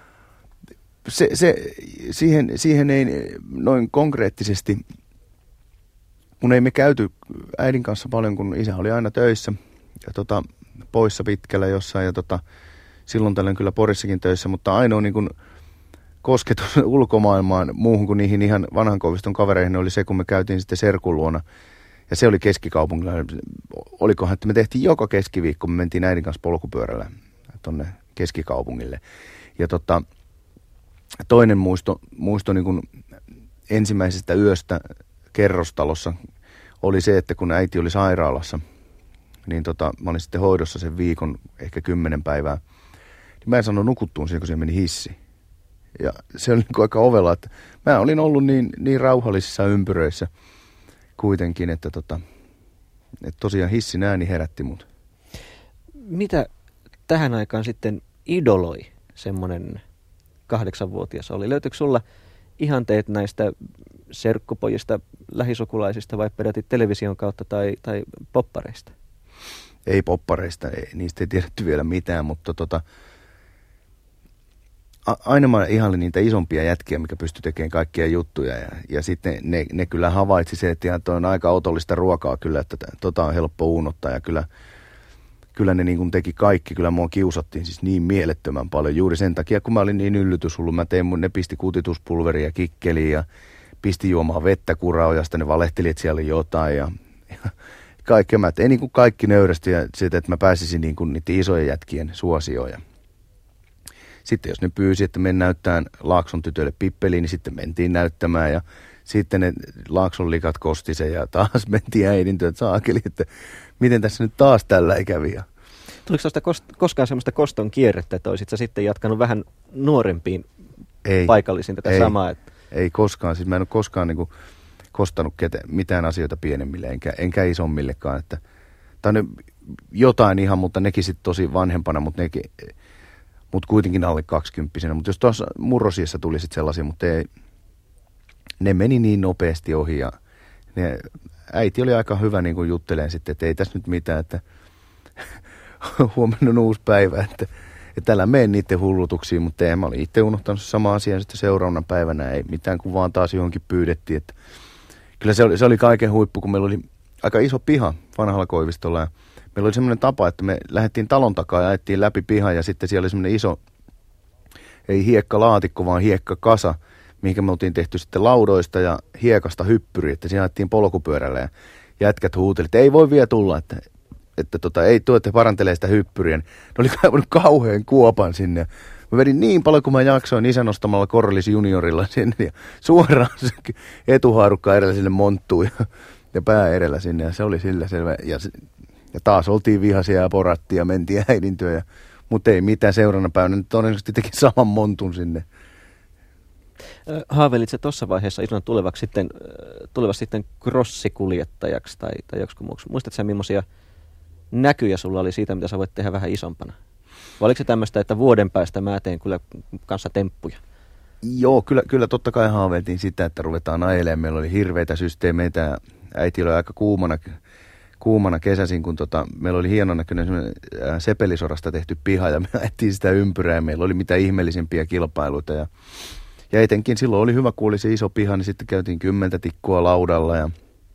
siihen ei noin konkreettisesti, kun ei me käyty äidin kanssa paljon, kun isä oli aina töissä ja poissa pitkällä jossain ja silloin tällöin kyllä Porissakin töissä, mutta ainoa niin kuin kosketus ulkomaailmaan muuhun kuin niihin ihan vanhan Koiviston kavereihin oli se, kun me käytiin sitten serkun luona ja se oli keskikaupungilla. Olikohan, että me tehtiin joka keskiviikko, me mentiin äidin kanssa polkupyörällä tonne keskikaupungille ja toinen muisto niin kuin ensimmäisestä yöstä kerrostalossa oli se, että kun äiti oli sairaalassa, niin mä olin sitten hoidossa sen viikon, ehkä 10 päivää, niin mä en sano nukuttuun siihen, kun siihen meni hissi. Ja se oli niin aika ovella, että mä olin ollut niin rauhallisissa ympyröissä kuitenkin, että tosiaan hissin ääni herätti mut. Mitä tähän aikaan sitten idoloi semmoinen 8-vuotias oli? Löytyykö sulla ihanteet näistä serkkupojista, lähisukulaisista vai peräti television kautta tai poppareista? Ei poppareista, niistä ei tiedetty vielä mitään, mutta aina mä ihailin niitä isompia jätkiä, mikä pystyi tekemään kaikkia juttuja ja sitten ne kyllä havaitsi se, että on aika otollista ruokaa kyllä, että on helppo uunottaa ja kyllä ne niin kuin teki kaikki, kyllä mua kiusattiin siis niin mielettömän paljon juuri sen takia, kun mä olin niin yllytyshullu. Mä tein ne pisti kutituspulveria ja kikkeliä ja pisti juomaan vettä kuraojasta, ne valehteli, että siellä oli jotain ja kaikkea. Mä tein niin kuin kaikki nöyrästi ja sitä, että mä pääsisin niin kuin niiden isojen jätkien suosioon. Ja sitten jos ne pyysi, että me näyttää Laakson tytöille pippeliin, niin sitten mentiin näyttämään ja sitten ne Laakson likat kosti sen ja taas mentiin äidin työt saakeli, että miten tässä nyt taas tällä ei kävi. Tuliko tuosta koskaan semmoista koston kierrettä, että olisit sä sitten jatkanut vähän nuorempiin paikallisiin tätä samaa? Että ei koskaan, siis mä en ole koskaan niin kuin kostanut mitään asioita pienemmille, enkä isommillekaan. Tai ne jotain ihan, mutta nekin sitten tosi vanhempana, mutta kuitenkin alle 20-vuotiaana. Mutta jos tuossa murrosiassa tuli sitten sellaisia, mutta ne meni niin nopeasti ohi ja äiti oli aika hyvä niin kuin jutteleen sitten, että ei tässä nyt mitään, että huomenna on uusi päivä, että älä mene niiden hullutuksiin, mutta mä olin itse unohtanut sama asia sitten seuraavana päivänä, ei mitään, kun vaan taas johonkin pyydettiin, että kyllä se oli kaiken huippu, kun meillä oli aika iso piha vanhalla Koivistolla ja meillä oli semmoinen tapa, että me lähdettiin talon takaa ja ajettiin läpi pihan ja sitten siellä oli semmoinen iso, ei hiekkalaatikko, vaan hiekkakasa, mihinkä me oltiin tehty sitten laudoista ja hiekasta hyppyri, että siinä ajettiin polkupyörällä ja jätkät huuteli, että ei voi vielä tulla, että ei tuotte parantelee sitä hyppyriä. Ne oli kaivannut kauhean kuopan sinne. Mä vedin niin paljon kuin mä jaksoin isän nostamalla Corellis juniorilla sinne ja suoraan se etuhaarukka edellä sinne monttuun ja pää edellä sinne ja se oli sillä selvä. Ja taas oltiin vihaisia ja porattiin ja mentiin äidintyö, mutta ei mitään seuraavana päivänä. Todennäköisesti teki saman montun sinne. Haaveilit se tuossa vaiheessa isona tulevassa sitten crossikuljettajaksi tai joksikin muuksi? Muistatko sä, millaisia näkyjä sulla oli siitä, mitä sä voit tehdä vähän isompana? Vai oliko se tämmöistä, että vuoden päästä mä teen kyllä kanssa temppuja? Joo, kyllä totta kai haaveiltiin sitä, että ruvetaan ajelemaan. Meillä oli hirveitä systeemeitä ja äiti oli aika kuumana kesäisin, kun meillä oli hienon näköinen sepelisorasta tehty piha ja me ajettiin sitä ympyrää ja meillä oli mitä ihmeellisimpiä kilpailuita. Ja etenkin silloin oli hyvä, kun oli se iso piha, niin sitten käytiin 10 tikkua laudalla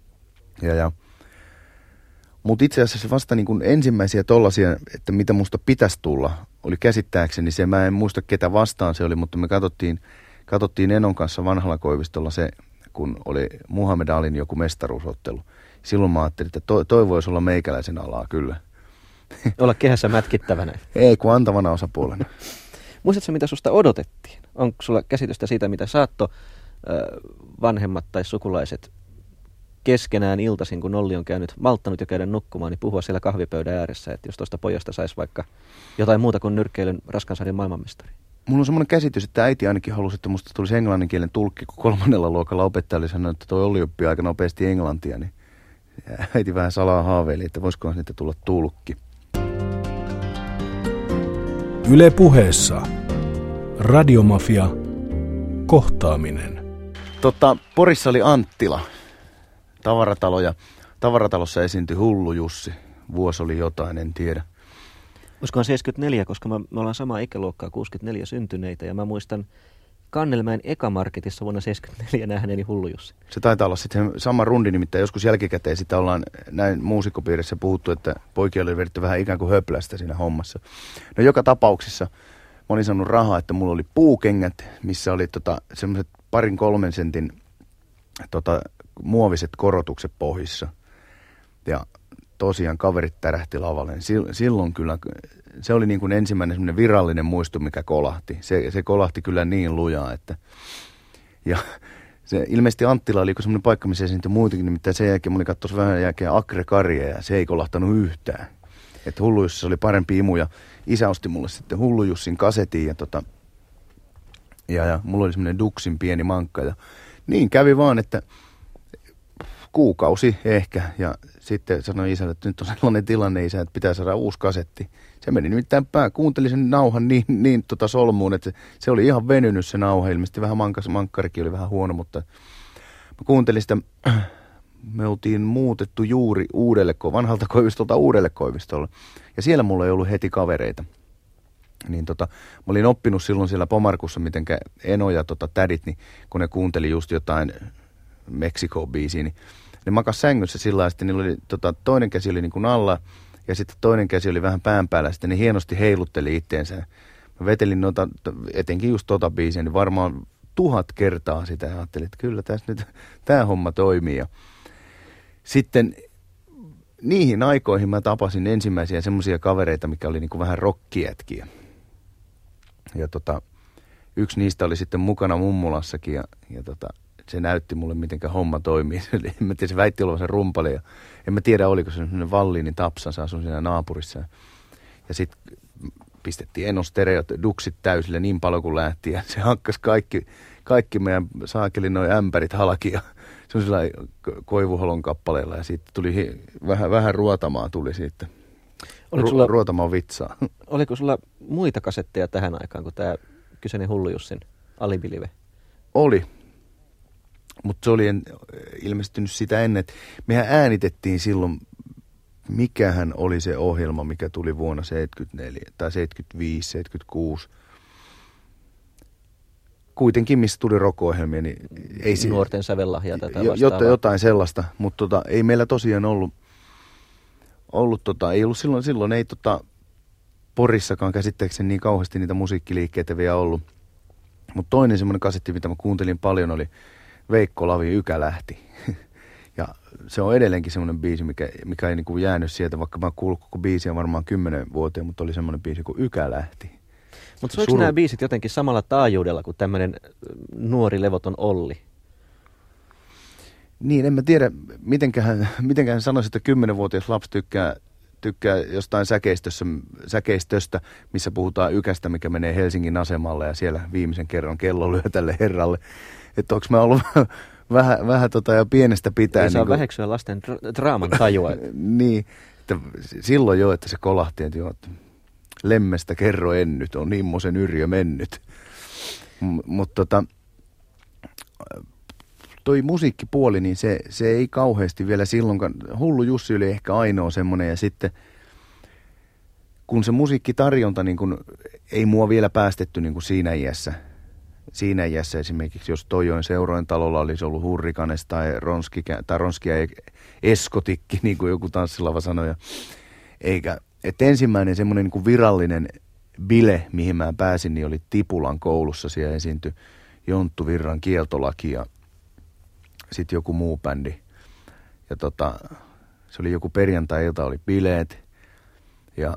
mutta itse asiassa vasta niin kuin ensimmäisiä tollaisia, että mitä musta pitäisi tulla, oli käsittääkseni se, mä en muista ketä vastaan se oli, mutta me katsottiin Enon kanssa vanhalla Koivistolla se, kun oli Muhammed Alin joku mestaruusottelu. Silloin mä ajattelin, että toi voisi olla meikäläisen alaa kyllä. Olla kehässä mätkittävänä. Ei, kun antavana osapuolena. Muistatko, mitä susta odotettiin? Onko sulla käsitystä siitä, mitä saatto vanhemmat tai sukulaiset keskenään iltaisin, kun Olli on malttanut jo käydä nukkumaan, niin puhua siellä kahvipöydän ääressä, että jos tuosta pojasta saisi vaikka jotain muuta kuin nyrkkeilyn raskansarjan maailmanmestari? Mulla on semmoinen käsitys, että äiti ainakin halusi, että musta tulisi englanninkielen tulkki, kun 3. luokalla opettaja oli sanonut, että toi Olli oppii aika nopeasti englantia, niin äiti vähän salaa haaveili, että voisikohan sitten tulla tulkki. Yle Puheessa Radiomafia kohtaaminen. Porissa oli Anttila tavaratalo ja tavaratalossa esiintyi Hullu Jussi. Vuosi oli jotain, en tiedä. Olisikohan 74, koska me ollaan samaa ikäluokkaa, 64 syntyneitä ja mä muistan Kannelmäen Ekamarketissa vuonna 74 nähneeni Hullu Jussi. Se taitaa olla sitten sama rundi, nimittäin joskus jälkikäteen sitä ollaan näin muusikkopiirissä puhuttu, että poikia oli vedetty vähän ikään kuin höplästä siinä hommassa. No joka tapauksessa mä olin saanut rahaa, että mulla oli puukengät, missä oli semmoiset 2-3 sentin muoviset korotukset pohjissa. Ja tosiaan kaverit tärähti lavalle. Silloin kyllä, se oli niin kuin ensimmäinen semmoinen virallinen muisto, mikä kolahti. Se kolahti kyllä niin lujaa, että... Ja se, ilmeisesti Anttila oli semmoinen paikka, missä esiintyi muutenkin, nimittäin sen jälkeen mä olin katsossa vähän jälkeen Acre Karja ja se ei kolahtanut yhtään. Että Hullu Jussissa oli parempi imu ja isä osti mulle sitten Hullu Jussin kasetin ja mulla oli semmoinen Duxin pieni mankka ja niin kävi vaan, että kuukausi ehkä ja sitten sanoi isälle, että nyt on sellainen tilanne isä, että pitää saada uusi kasetti. Se meni nimittäin kuuntelin sen nauhan niin solmuun, että se oli ihan venynyt se nauha, ilmeisesti vähän mankkarikin oli vähän huono, mutta mä kuuntelin sitä, me oltiin muutettu juuri vanhalta Koivistolta uudelle Koivistolle ja siellä mulla ei ollut heti kavereita. Niin mä olin oppinut silloin siellä Pomarkussa, mitenkä Eno ja tädit, niin kun ne kuunteli just jotain Meksiko-biisiä, niin ne makas sängyssä sillä lailla, että niillä oli, toinen käsi oli niin kuin alla ja sitten toinen käsi oli vähän pään päällä, sitten ne hienosti heilutteli itteensä. Mä vetelin etenkin just biisiä, niin varmaan 1000 kertaa sitä ja ajattelin, että kyllä tässä nyt tämä homma toimii. Ja sitten niihin aikoihin mä tapasin ensimmäisiä semmoisia kavereita, mikä oli niin kuin vähän rockietkiä. Ja yksi niistä oli sitten mukana mummolassakin ja se näytti mulle, mitenkä homma toimii. En mä tiedä, se väitti olevansa rumpali ja en mä tiedä, oliko se semmoinen Valliini Tapsansa, asun siinä naapurissa. Ja sitten pistettiin Enon stereot, duksit täysille niin paljon kuin lähti ja se hakkas kaikki meidän saakelin noin ämpärit halki ja semmoisella koivuholon kappaleella ja siitä tuli vähän ruotamaa tuli siitä. Ruotamaan vitsaa. Oliko sulla muita kasetteja tähän aikaan kuin tämä kyseinen Hullu Jussin alibilive? Oli. Mutta se oli ilmestynyt sitä ennen, että mehän äänitettiin silloin, mikähän oli se ohjelma, mikä tuli vuonna 74 tai 75, 76. Kuitenkin, missä tuli rock-ohjelmia, niin ei nuorten sävellahja tätä vastaavaa. Jotain sellaista, mutta ei meillä tosiaan ollut ei ollut silloin ei Porissakaan käsittääkseni niin kauheasti niitä musiikkiliikkeitä vielä ollut. Mutta toinen semmoinen kasetti, mitä mä kuuntelin paljon, oli Veikko Lavi Ykä lähti. Ja se on edelleenkin semmoinen biisi, mikä ei niinku jäänyt sieltä, vaikka mä oon kuullut koko biisiä varmaan 10 vuoteen, mutta oli semmoinen biisi kuin Ykä lähti. Mutta soiko nämä biisit jotenkin samalla taajuudella kuin tämmöinen nuori levoton Olli? Niin, en mä tiedä, mitenköhän sanoisi, että 10-vuotias lapsi tykkää jostain säkeistöstä, missä puhutaan Ykästä, mikä menee Helsingin asemalle ja siellä viimeisen kerran kello lyö tälle herralle. Että onko mä ollut vähän ja pienestä pitäen. Ei saa väheksyä lasten draaman tajua. Niin, että silloin jo, että se kolahti, että lemmestä kerro en nyt, on immosen Yrjö mennyt. Mutta toi musiikkipuoli, niin se ei kauheasti vielä silloinkaan. Hullu Jussi oli ehkä ainoa semmoinen, ja sitten kun se musiikkitarjonta niin kun, ei mua vielä päästetty niin kun siinä iässä esimerkiksi, jos Toijoen Seurojen talolla olisi ollut Hurrikanes tai Ronskia ja Eskotikki, niin kuin joku tanssilava sanoi. Että ensimmäinen semmoinen niin kuin virallinen bile, mihin mä pääsin, niin oli Tipulan koulussa. Siellä esiintyi Jonttu Virran Kieltolaki ja sitten joku muu bändi. Ja se oli joku perjantai-ilta, oli bileet. Ja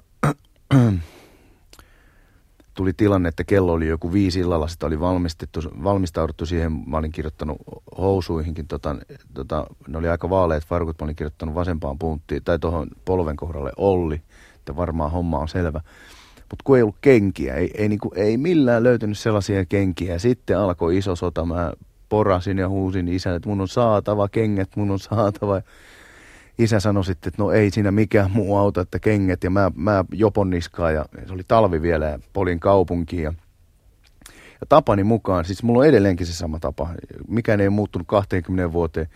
tuli tilanne, että kello oli joku 5 illalla, sitä oli valmistauduttu siihen. Mä olin kirjoittanut housuihinkin, ne oli aika vaaleat farkut, mä olin kirjoittanut vasempaan punttiin, tai tuohon polven kohdalle Olli, että varmaan homma on selvä. Mutta kun ei ollut kenkiä, ei millään löytynyt sellaisia kenkiä. Ja sitten alkoi iso sota, mä porasin ja huusin isän, että mun on saatava kengät, mun on saatava. Isä sanoi sitten, että no ei siinä mikään muu auta, että kengät, ja mä jopon niskaan, ja se oli talvi vielä, ja polin kaupunkiin, ja tapani mukaan, siis mulla on edelleenkin se sama tapa, mikään ei ole muuttunut 20 vuoteen,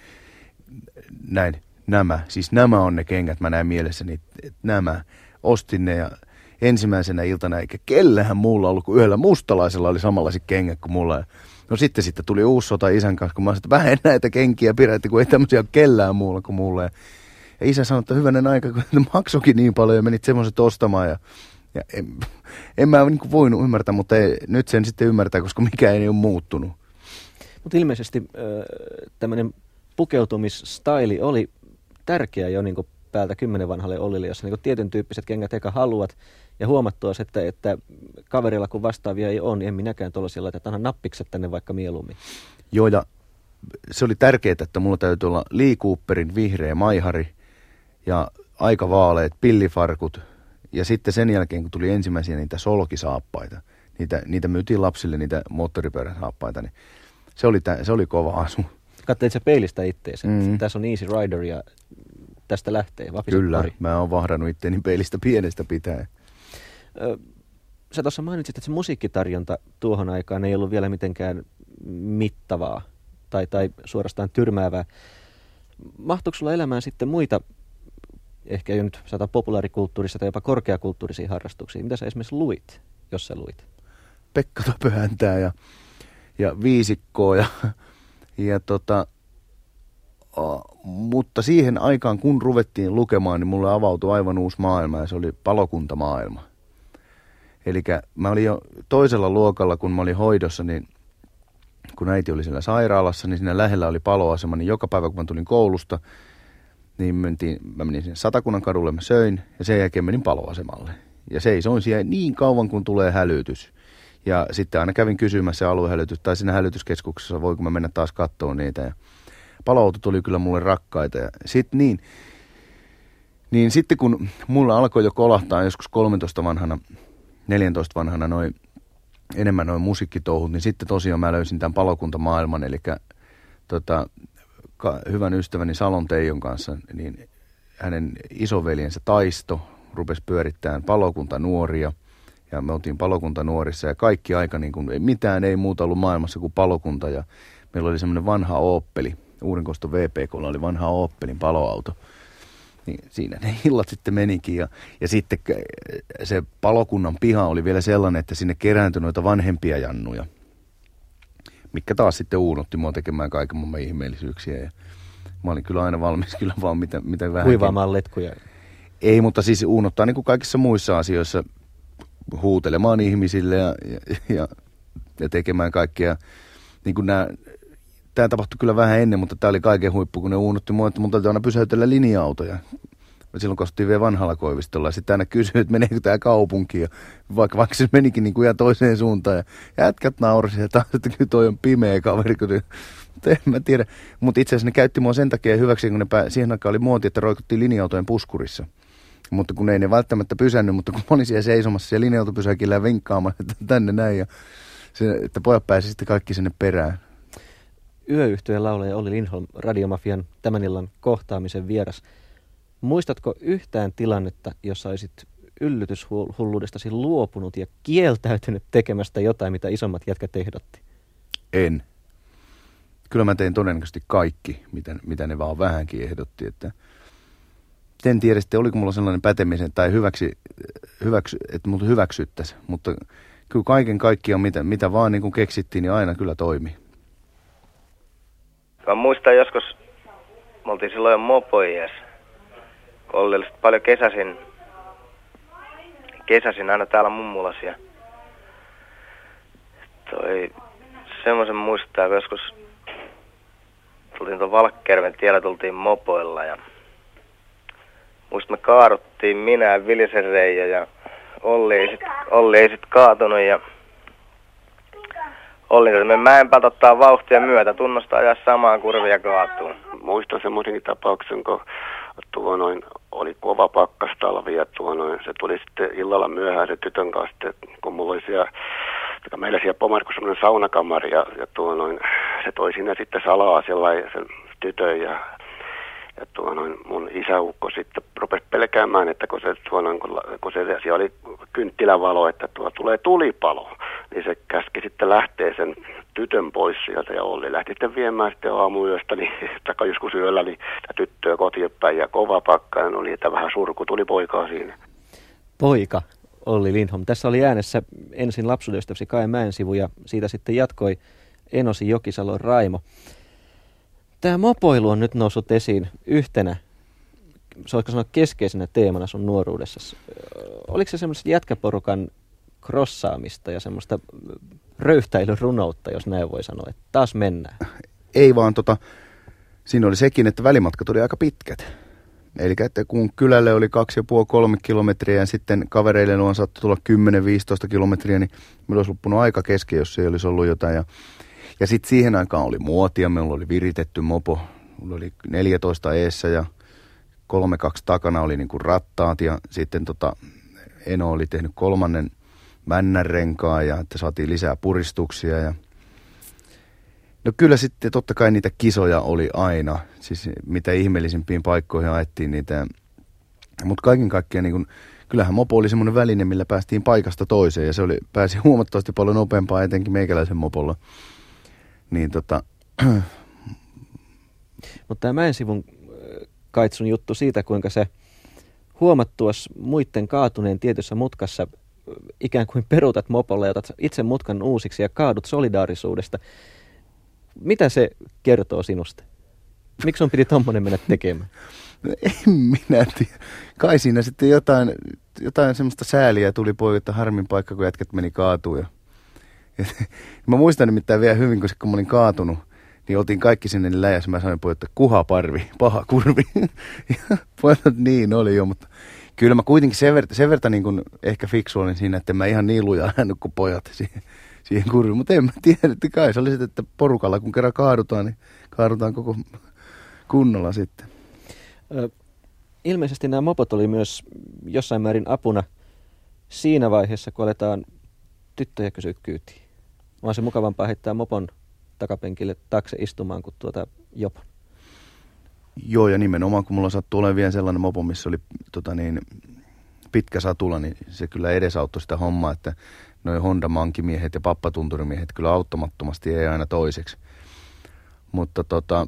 nämä on ne kengät, mä näen mielessäni, että nämä, ostin ne, ja ensimmäisenä iltana, eikä kellähän muulla ollut, kuin yhdellä mustalaisella oli samanlaiset kengät kuin mulla, ja no sitten tuli uusi sota isän kanssa, kun mä sanoin, että vähän näitä kenkiä pidätte, kun ei tämmöisiä ole kellään muulla kuin mulla. Ja isä sanoi, että hyvänen aika, kun maksoikin niin paljon ja menit semmoiset ostamaan. Ja en mä niin voinut ymmärtää, mutta nyt sen sitten ymmärtää, koska mikään ei ole muuttunut. Mutta ilmeisesti tämmöinen pukeutumisstaili oli tärkeä jo niin päältä 10 vanhalle Ollille, jossa niin tietyn tyyppiset kengät eka haluat. Ja huomattua, että kaverilla kun vastaavia ei ole, niin en minäkään tuollaisia laita, että anna nappikset tänne vaikka mieluummin. Joo, ja se oli tärkeää, että mulla täytyy olla Lee Cooperin vihreä maihari ja aika vaaleet pillifarkut. Ja sitten sen jälkeen, kun tuli ensimmäisiä niitä solkisaappaita, niitä myytiin lapsille, niitä moottoripyörän saappaita, niin se oli kova asu. Kattelit sä peilistä itteensä, tässä on Easy Rider ja tästä lähtee. Kyllä, pari. mä oon vahdannut itteeni peilistä pienestä pitäen. Sä tuossa mainitsit, että se musiikkitarjonta tuohon aikaan ei ollut vielä mitenkään mittavaa tai suorastaan tyrmäävää. Mahtuiko sulla elämään sitten muita, ehkä jo nyt populaarikulttuurissa tai jopa korkeakulttuurisia harrastuksia? Mitä sä esimerkiksi luit, jos sä luit? Pekka Töpöhäntää ja Viisikkoa mutta siihen aikaan, kun ruvettiin lukemaan, niin mulle avautui aivan uusi maailma, ja se oli palokuntamaailma. Eli mä olin jo toisella luokalla, kun mä olin hoidossa, niin kun äiti oli siellä sairaalassa, niin siinä lähellä oli paloasema, niin joka päivä, kun mä tulin koulusta, niin mä menin sinne Satakunnan kadulle, mä söin, ja sen jälkeen menin paloasemalle. Ja seisoin siellä niin kauan, kun tulee hälytys. Ja sitten aina kävin kysymässä aluehälytys, tai siinä hälytyskeskuksessa, voiko mä mennä taas katsoa niitä, ja paloautot oli kyllä mulle rakkaita. Ja sitten niin sitten kun mulla alkoi jo kolahtaa joskus 13 vanhana, 14 vanhana enemmän noin musiikkitouhut, niin sitten tosiaan mä löysin tämän palokuntamaailman, eli hyvän ystäväni Salon Teijon kanssa, niin hänen isoveljensä Taisto rupesi pyörittämään palokuntanuoria, ja me oltiin palokuntanuorissa, ja kaikki aika niin kuin mitään ei muuta ollut maailmassa kuin palokunta, ja meillä oli semmoinen vanha Opeli, Uudenkoston VPK:lla oli vanha Opelin paloauto. Niin siinä ne illat sitten menikin, ja sitten se palokunnan piha oli vielä sellainen, että sinne kerääntyi noita vanhempia jannuja, mitkä taas sitten uunotti mua tekemään kaiken maailman ihmeellisyyksiä, ja mä olin kyllä aina valmis kyllä vaan mitä vähän. Kuivaamaan letkuja. Ei, mutta siis uunottaa niin kuin kaikissa muissa asioissa huutelemaan ihmisille ja ja tekemään kaikkea. Niin kuin tämä tapahtui kyllä vähän ennen, mutta tämä oli kaiken huippu, kun ne uunutti mua, että mun täytyy aina pysäytellä linja-autoja. Silloin kun asuttiin vielä vanhalla Koivistolla ja sitten aina kysyi, että meneekö tämä kaupunkiin. Ja vaikka se menikin niin kuin ihan toiseen suuntaan. Ja jätkät naurasi ja taas, että kyllä toi on pimeä kaveri. Mutta en mä tiedä. Mutta itse asiassa ne käytti mua sen takia hyväksi, kun siihen aikaan oli muoti, että roikuttiin linja-autojen puskurissa. Mutta kun ei ne välttämättä pysännnyt, mutta kun mä olin siellä seisomassa siellä linja-autopysäkillä ja vinkkaamaan, että tänne näin. Ja että pojat pääsi sitten kaikki sinne perään. Yöyhtyeen laulaja Olli Lindholm, Radiomafian tämän illan kohtaamisen vieras. Muistatko yhtään tilannetta, jossa olisit yllytyshulluudestasi luopunut ja kieltäytynyt tekemästä jotain, mitä isommat jätkät ehdotti? En. Kyllä mä tein todennäköisesti kaikki, mitä ne vaan vähänkin ehdotti. Että en tiedä sitten, oliko mulla sellainen pätemisen tai että mut hyväksyttäisiin. Mutta kyllä kaiken kaikkiaan, mitä vaan niin kun keksittiin, niin aina kyllä toimi. Mä muistan joskus, me oltiin silloin jo mopoies. Olli oli paljon kesäsin aina täällä mummulassa ja semmoisen muistaa, kun joskus tultiin tuon Valkkerven tiellä, tultiin mopoilla ja muista me kaaduttiin minä ja Vilisen Reijo ja Olli ei sit kaatunut ja Olli, että me mäen päältä ottaa vauhtia myötä, tunnosta ajaa samaa kurvia kaatuu. Muistan semmoisenkin tapauksen, kun oli kova pakkastalvi ja se tuli sitten illalla myöhään se tytön kanssa, kun mulla oli meillä siellä Pomarkussa semmoinen saunakamari ja se toi sinne sitten salaa sen tytön ja mun isäukko sitten rupesi pelkäämään, että kun siellä oli kynttilävalo, että tulee tulipalo, niin se käski sitten lähteä sen tytön pois sieltä ja Olli lähti sitten viemään sitten aamuyöstä, tai joskus yöllä, niin tyttöä kotiin päin ja kova pakkainen oli, että vähän surku tuli poikaa siinä. Poika Olli Lindholm. Tässä oli äänessä ensin lapsuudestavasi Kai Mäensivu ja siitä sitten jatkoi Enosi Jokisalon Raimo. Tämä mopoilu on nyt noussut esiin yhtenä, voisiko sanoa keskeisenä teemana sun nuoruudessasi. Oliko se semmoista jätkäporukan crossaamista ja semmoista röyhtäilyrunoutta, jos näin voi sanoa, että taas mennään? Ei vaan siinä oli sekin, että välimatkat oli aika pitkät. Eli että kun kylälle oli 2,5-3 kilometriä ja sitten kavereille on saattoi tulla 10-15 kilometriä, niin meillä olisi loppunut aika kesken, jos ei olisi ollut jotain. Ja sitten siihen aikaan oli muotia, meillä oli viritetty mopo, mulla oli 14 eessä ja 3-2 takana oli niinku rattaat ja sitten Eno oli tehnyt 3. männänrenkaan ja että saatiin lisää puristuksia. Ja no kyllä sitten totta kai niitä kisoja oli aina, siis mitä ihmeellisimpiin paikkoihin ajettiin niitä, mutta kaiken kaikkiaan niin kyllähän mopo oli semmoinen väline, millä päästiin paikasta toiseen ja se pääsi huomattavasti paljon nopeampaa etenkin meikäläisen mopolla. Niin Mutta tämä Mäensivun Kaitsun juttu siitä, kuinka se huomattuas muiden kaatuneen tietyssä mutkassa ikään kuin peruutat mopolla ja otat itse mutkan uusiksi ja kaadut solidaarisuudesta. Mitä se kertoo sinusta? Miksi sun piti tommonen mennä tekemään? No en minä tiedä. Kai siinä sitten jotain semmoista sääliä tuli että harmin paikka, kun jätkät meni kaatuun. Ja mä muistan nimittäin vielä hyvin, kun mä olin kaatunut, niin oltiin kaikki sinne läjässä. Mä sanoin pojat, että kuhaparvi, paha kurvi. Ja pojat, niin oli jo, mutta kyllä mä kuitenkin sen verran niin kuin ehkä fiksu olin siinä, että mä ihan niin lujaa äänyt kuin pojat siihen kurviin. Mutta en mä tiedä, että kai se oli sitten, että porukalla kun kerran kaadutaan, niin kaadutaan koko kunnolla sitten. Ilmeisesti nämä mopot oli myös jossain määrin apuna siinä vaiheessa, kun aletaan tyttöjä kysyä kyytiin. On se mukavampaa heittää mopon takapenkille taakse istumaan kuin jopon. Joo, ja nimenomaan kun mulla sattui olemaan vielä sellainen mopo, missä oli pitkä satula, niin se kyllä edesauttoi sitä hommaa, että noi Honda-mankimiehet ja pappatunturimiehet kyllä auttamattomasti ei aina toiseksi. Mutta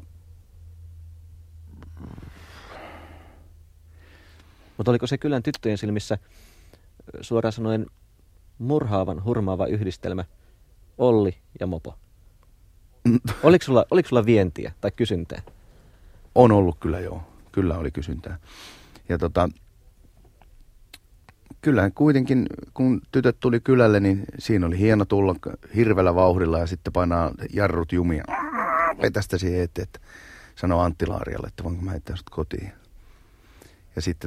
Mutta oliko se kylän tyttöjen silmissä suoraan sanoen hurmaava yhdistelmä Olli ja mopo? Oliko sulla vientiä tai kysyntää? On ollut kyllä, joo. Kyllä oli kysyntää. Ja kyllähän kuitenkin, kun tytöt tuli kylälle, niin siinä oli hieno tulla hirveällä vauhdilla ja sitten painaa jarrut jumia. Vetästä siihen eteen, että sanoo Antti Laarialle, että voinko mä heittää sut kotiin. Ja sitten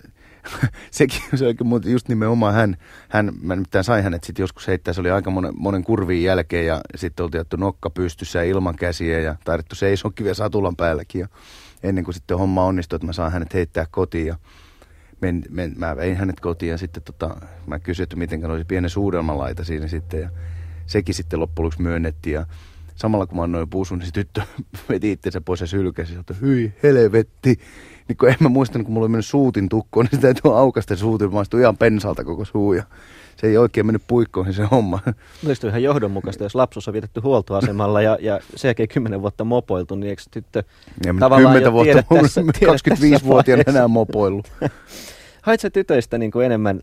sekin se oli just nimenomaan mä nimittäin sain hänet sitten joskus heittää, se oli aika monen kurviin jälkeen ja sitten oltiin jätty nokka pystyssä ja ilman käsiä ja taidettu seisonkin vielä satulan päälläkin. Ja ennen kuin sitten homma onnistui, että mä saan hänet heittää kotiin ja mä vein hänet kotiin ja sitten mä kysyin, että miten olisi pienen suudelmanlaita siinä sitten ja sekin sitten loppujen lopuksi myönnettiin ja samalla kun mä annoin puusun, niin se tyttö veti itsensä pois ja sylkäsi, että hyi helvetti. Niin kun en mä muistanut, kun mulla oli mennyt suutin tukkoon, niin sitä täytyy aukaista suutin, maistui ihan pensalta koko suu ja se ei oikein mennyt puikkoihin se homma. Olisi ihan johdonmukaista, jos lapsuus on vietetty huoltoasemalla ja sen jälkeen 10 vuotta mopoiltu, niin eikö tyttö tavallaan 10 vuotta, 25-vuotiaana enää mopoillut. Hait sä tytöistä niin kuin enemmän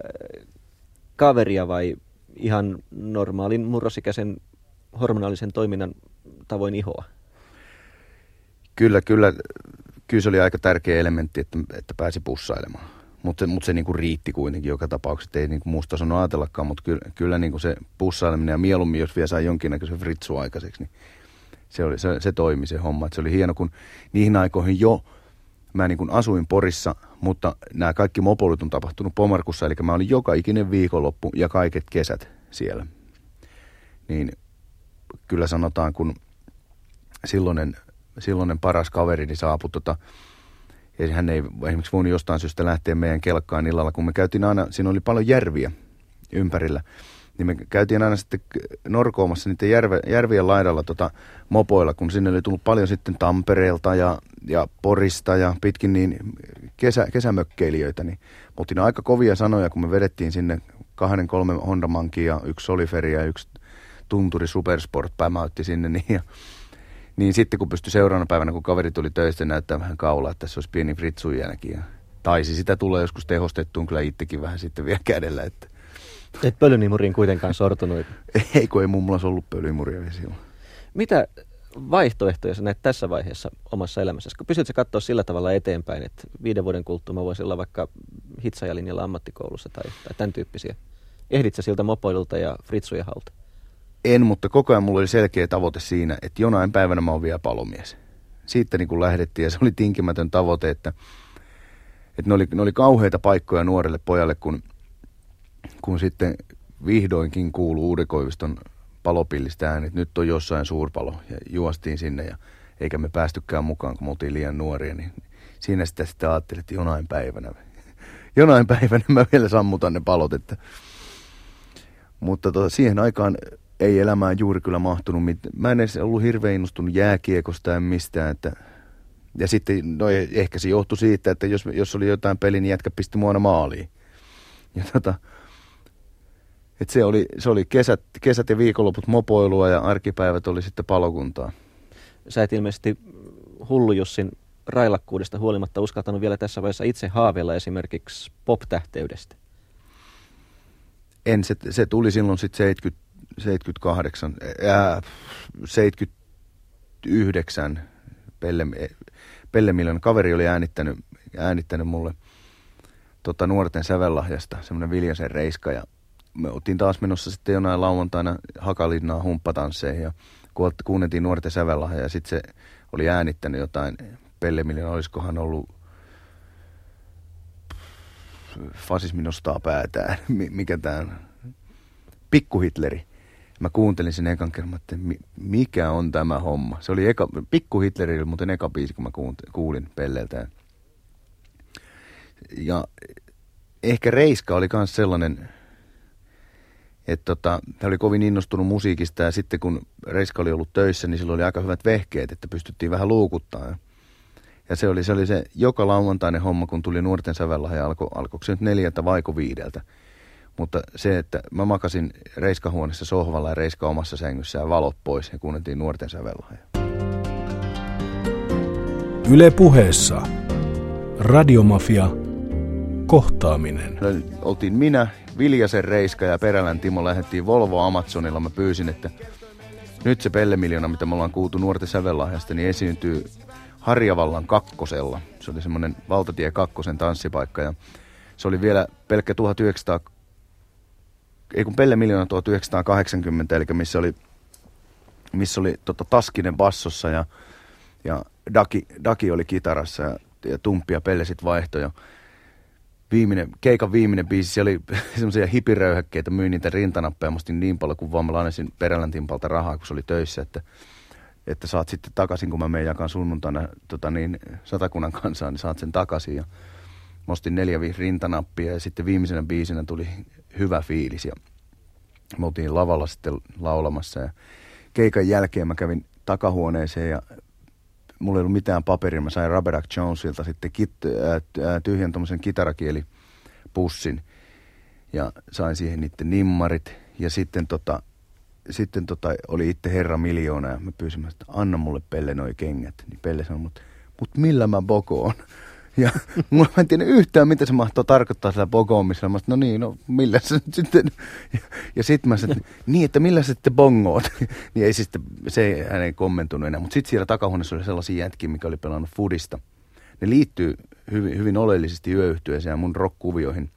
kaveria vai ihan normaalin murrosikäisen hormonaalisen toiminnan tavoin ihoa? Kyllä se oli aika tärkeä elementti, että pääsi pussailemaan. Mutta se niinku riitti kuitenkin joka tapauksessa, ei niinku muusta osannut ajatellakaan, mutta kyllä niinku se pussaileminen ja mieluummin, jos vielä sai jonkinnäköisen fritsu aikaiseksi, niin se toimi se homma. Et se oli hieno, kun niihin aikoihin jo mä niin kuin asuin Porissa, mutta nämä kaikki mopoilut on tapahtunut Pomarkussa, eli mä olin joka ikinen viikonloppu ja kaiket kesät siellä. Niin kyllä sanotaan, kun silloinen paras kaverini saapui, ja hän ei esimerkiksi voinut jostain syystä lähteä meidän kelkkaan illalla, kun me käytiin aina, siinä oli paljon järviä ympärillä, niin me käytiin aina sitten norkoomassa niiden järvien laidalla mopoilla, kun sinne oli tullut paljon sitten Tampereelta ja Porista ja pitkin niin kesämökkeilijöitä, niin me oltiin aika kovia sanoja, kun me vedettiin sinne 2-3 Honda Monkey ja 1 Soliferi ja 1 Tunturi Supersport pämäytti sinne, niin sitten kun pystyi seuraavana päivänä, kun kaveri tuli töistä, näyttää vähän kaulaa, että tässä olisi pieni fritsun jälki. Ja taisi sitä tulee joskus tehostettuun kyllä itsekin vähän sitten vielä kädellä. Että. Et pölynimuriin kuitenkaan sortunut? Ei, kun ei mummulassa ollut pölynimuria vielä silloin. Mitä vaihtoehtoja sä näet tässä vaiheessa omassa elämässäsi? Pystytkö katsoa sillä tavalla eteenpäin, että 5 vuoden kuluttua mä voisin olla vaikka hitsajalinjalla ammattikoulussa tai tämän tyyppisiä? Ehditkö siltä mopoilulta ja fritsujen halta? En, mutta koko ajan mulla oli selkeä tavoite siinä, että jonain päivänä mä oon vielä palomies. Siitä niin kun lähdettiin ja se oli tinkimätön tavoite, että ne oli kauheita paikkoja nuorelle pojalle, kun sitten vihdoinkin kuului Uudenkoiviston palopillistä ääni, että nyt on jossain suurpalo ja juostiin sinne ja eikä me päästykään mukaan, kun me oltiin liian nuoria, niin siinä sitä sitten ajattelin, että jonain päivänä mä vielä sammutan ne palot, mutta siihen aikaan ei elämään juuri kyllä mahtunut. Mä en edes ollut hirveän innostunut jääkiekosta ja mistään. Ja sitten ehkä se johtui siitä, että jos oli jotain peliä, niin jätkä pisti mua aina maaliin. Ja että se oli kesät ja viikonloput mopoilua ja arkipäivät oli sitten palokuntaa. Sä et ilmeisesti Hullu Jussin railakkuudesta huolimatta uskaltanut vielä tässä vaiheessa itse haaveilla esimerkiksi pop-tähteydestä. Se tuli silloin sitten 78, 79 Pelle Miljoona. Kaveri oli äänittänyt mulle nuorten sävellahjasta, semmoinen Viljasen Reiska, ja me oltiin taas menossa sitten jonain lauantaina Hakalinnaan humppatansseihin, ja kuunneltiin nuorten sävellahja, ja sitten se oli äänittänyt jotain, Pelle Miljoona, olisikohan ollut fasismi nostaa päätään, mikä tää on, Pikku Hitleri. Mä kuuntelin sen ekan kerran, että mikä on tämä homma. Se oli Pikku Hitlerille, mutta eka biisi, kun mä kuulin Pelleltä. Ja ehkä Reiska oli myös sellainen, että hän oli kovin innostunut musiikista, ja sitten kun Reiska oli ollut töissä, niin sillä oli aika hyvät vehkeet, että pystyttiin vähän luukuttaa. Ja se oli se joka lauantainen homma, kun tuli nuorten sävellahja, alkoiko se nyt 4 vai 5. Mutta se, että mä makasin Reiska-huoneessa sohvalla ja Reiska omassa sängyssä ja valot pois ja kuunneltiin nuorten sävellahja. Yle Puheessa Radiomafia kohtaaminen. Oltiin minä, Viljasen Reiska ja Perälän Timo lähdettiin Volvo Amazonilla. Mä pyysin, että nyt se Pelle Miljoona, mitä me ollaan kuultu nuorten sävellahjasta, niin esiintyy Harjavallan 2. Se oli semmoinen Valtatie 2 tanssipaikka ja Se oli vielä pelkkä Pelle Miljoona 1980, eli missä oli Taskinen bassossa ja Daki oli kitarassa ja Tumppi ja Pelle sit vaihtoi. Ja keikan viimeinen biisi, siellä oli semmoisia hipiröyhäkkeitä, myin niitä rintanappeja musta niin paljon, kun vaan mä lainasin Peräläntimpalta rahaa, kun se oli töissä, että saat sitten takaisin, kun mä menen jakan sunnuntaina Satakunnan kansaan, niin saat sen takaisin. Ja mä ostin 4-5 rintanappia ja sitten viimeisenä biisinä tuli hyvä fiilis ja me oltiin lavalla sitten laulamassa ja keikan jälkeen mä kävin takahuoneeseen ja mulla ei ollut mitään paperia. Mä sain Rubberduck Jonesilta sitten tyhjän tommosen kitarakielipussin ja sain siihen niiden nimmarit ja sitten oli itse Herra Miljoona ja mä pyysin, että anna mulle Pelle noi kengät. Niin Pelle sanoi, mutta millä mä bokoon? Ja mulla mä en tiedä yhtään, mitä se mahtoo tarkoittaa sillä bokoamisella. Mä sanoin, millä se sitten... Ja sitten mä sanoin, että millä se sitten bongoot? Niin ei se hän ei kommentoinut enää. Mutta sitten siellä takahuoneessa oli sellaisia jätkiä, mikä oli pelannut fudista. Ne liittyy hyvin, hyvin oleellisesti yöyhtyeeseen ja mun rock-kuvioihin.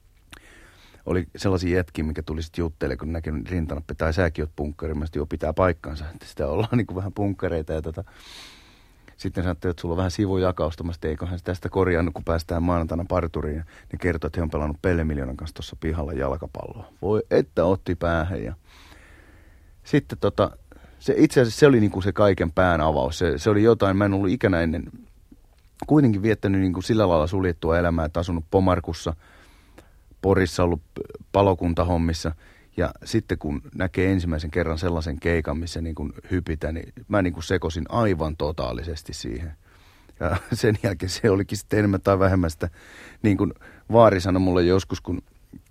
Oli sellaisia jätkiä, mikä tuli sitten juttelemaan, kun näki rintanappi tai säkin oot punkkari. Mä sanoin, pitää paikkaansa, että sitä ollaan niin kuin vähän punkkareita ja Sitten sanottiin, että sulla on vähän sivujakausta, mä eiköhän se tästä korjannut, kun päästään maanantaina parturiin. Ja ne kertoi, että he on pelannut Pelle Miljoonan kanssa tuossa pihalla jalkapalloa. Voi, että otti päähän. Ja sitten se itse asiassa se oli niinku se kaiken pään avaus. Se oli jotain, mä en ollut ikänä ennen kuitenkin viettänyt niinku sillä lailla suljettua elämää, että asunut Pomarkussa, Porissa ollut palokuntahommissa. Ja sitten kun näkee ensimmäisen kerran sellaisen keikan, missä niin kuin hypitään, niin mä niin kuin sekosin aivan totaalisesti siihen. Ja sen jälkeen se olikin sitten enemmän tai vähemmän sitä, niin kuin vaari sanoi mulle joskus, kun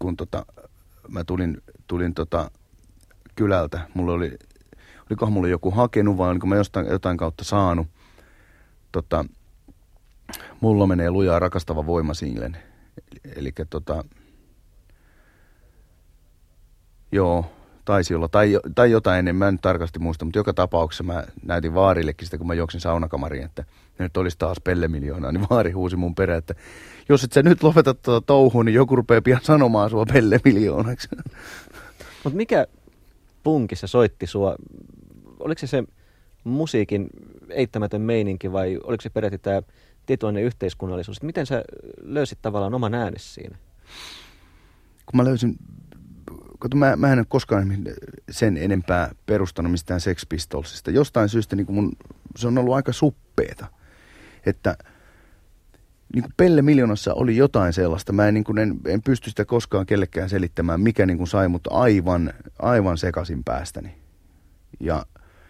mä tulin kylältä. Olikohan mulle joku hakenut vai oliko mä jotain kautta saanut. Mulla menee lujaa rakastava voimasinglen. Elikkä joo, taisi olla. Tai jotain ennen, mä en nyt tarkasti muista, mutta joka tapauksessa mä näytin vaarillekin sitä, kun mä juoksin saunakamariin, että nyt olisi taas Pelle Miljoonaa, niin vaari huusi mun perään, että jos et sä nyt lopeta tuota touhua, niin joku rupeaa pian sanomaan sua Pelle Miljoonaksi. Mutta mikä punkissa soitti sua? Oliko se musiikin eittämätön meininki vai oliko se peräti tämä tietynlainen yhteiskunnallisuus? Miten sä löysit tavallaan oman äänes siinä? Kun mä löysin... Mä en ole koskaan sen enempää perustanut mistään Sex Pistolsista. Jostain syystä niin se on ollut aika suppeeta. Että niin kuin Pelle Miljoonassa oli jotain sellaista. Mä en pysty sitä koskaan kellekään selittämään, mikä niin kuin sai mut aivan sekaisin päästäni. Ja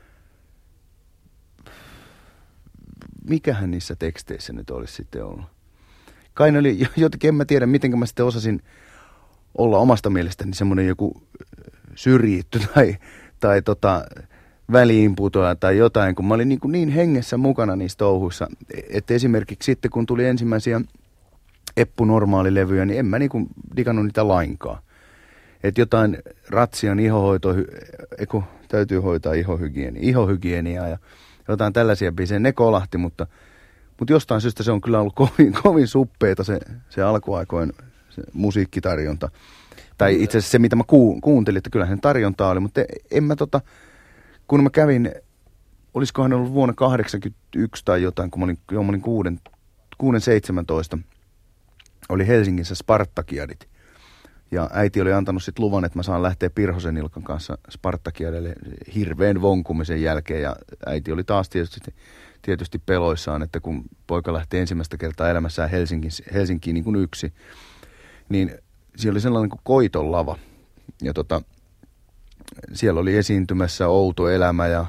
mikähän niissä teksteissä nyt olisi sitten ollut? Kai ne oli jotenkin, en mä tiedä, miten mä sitten osasin olla omasta mielestäni semmoinen joku syrjitty tai väliinputoja tai jotain, kun mä olin niin hengessä mukana niissä touhuissa. Että esimerkiksi sitten, kun tuli ensimmäisiä Eppu-normaalilevyjä, niin en mä digannut niitä lainkaan. Että jotain Ratsian täytyy hoitaa ihohygieniaa ja jotain tällaisia biisejä, ne kolahti, mutta jostain syystä se on kyllä ollut kovin suppeeta se alkuaikoin se musiikkitarjonta. Tai itse asiassa se, mitä mä kuuntelin, että kyllähän se tarjontaa oli, mutta en mä kun mä kävin, olisikohan ollut vuonna 1981 tai jotain, kun mä olin 6-17, oli Helsingissä Spartakiadit. Ja äiti oli antanut sitten luvan, että mä saan lähteä Pirhosen Ilkan kanssa Spartakiadelle hirveän vonkumisen jälkeen. Ja äiti oli taas tietysti peloissaan, että kun poika lähti ensimmäistä kertaa elämässään Helsinkiin niin kuin yksi, niin siellä oli sellainen kuin Koiton lava. Ja siellä oli esiintymässä Outo elämä ja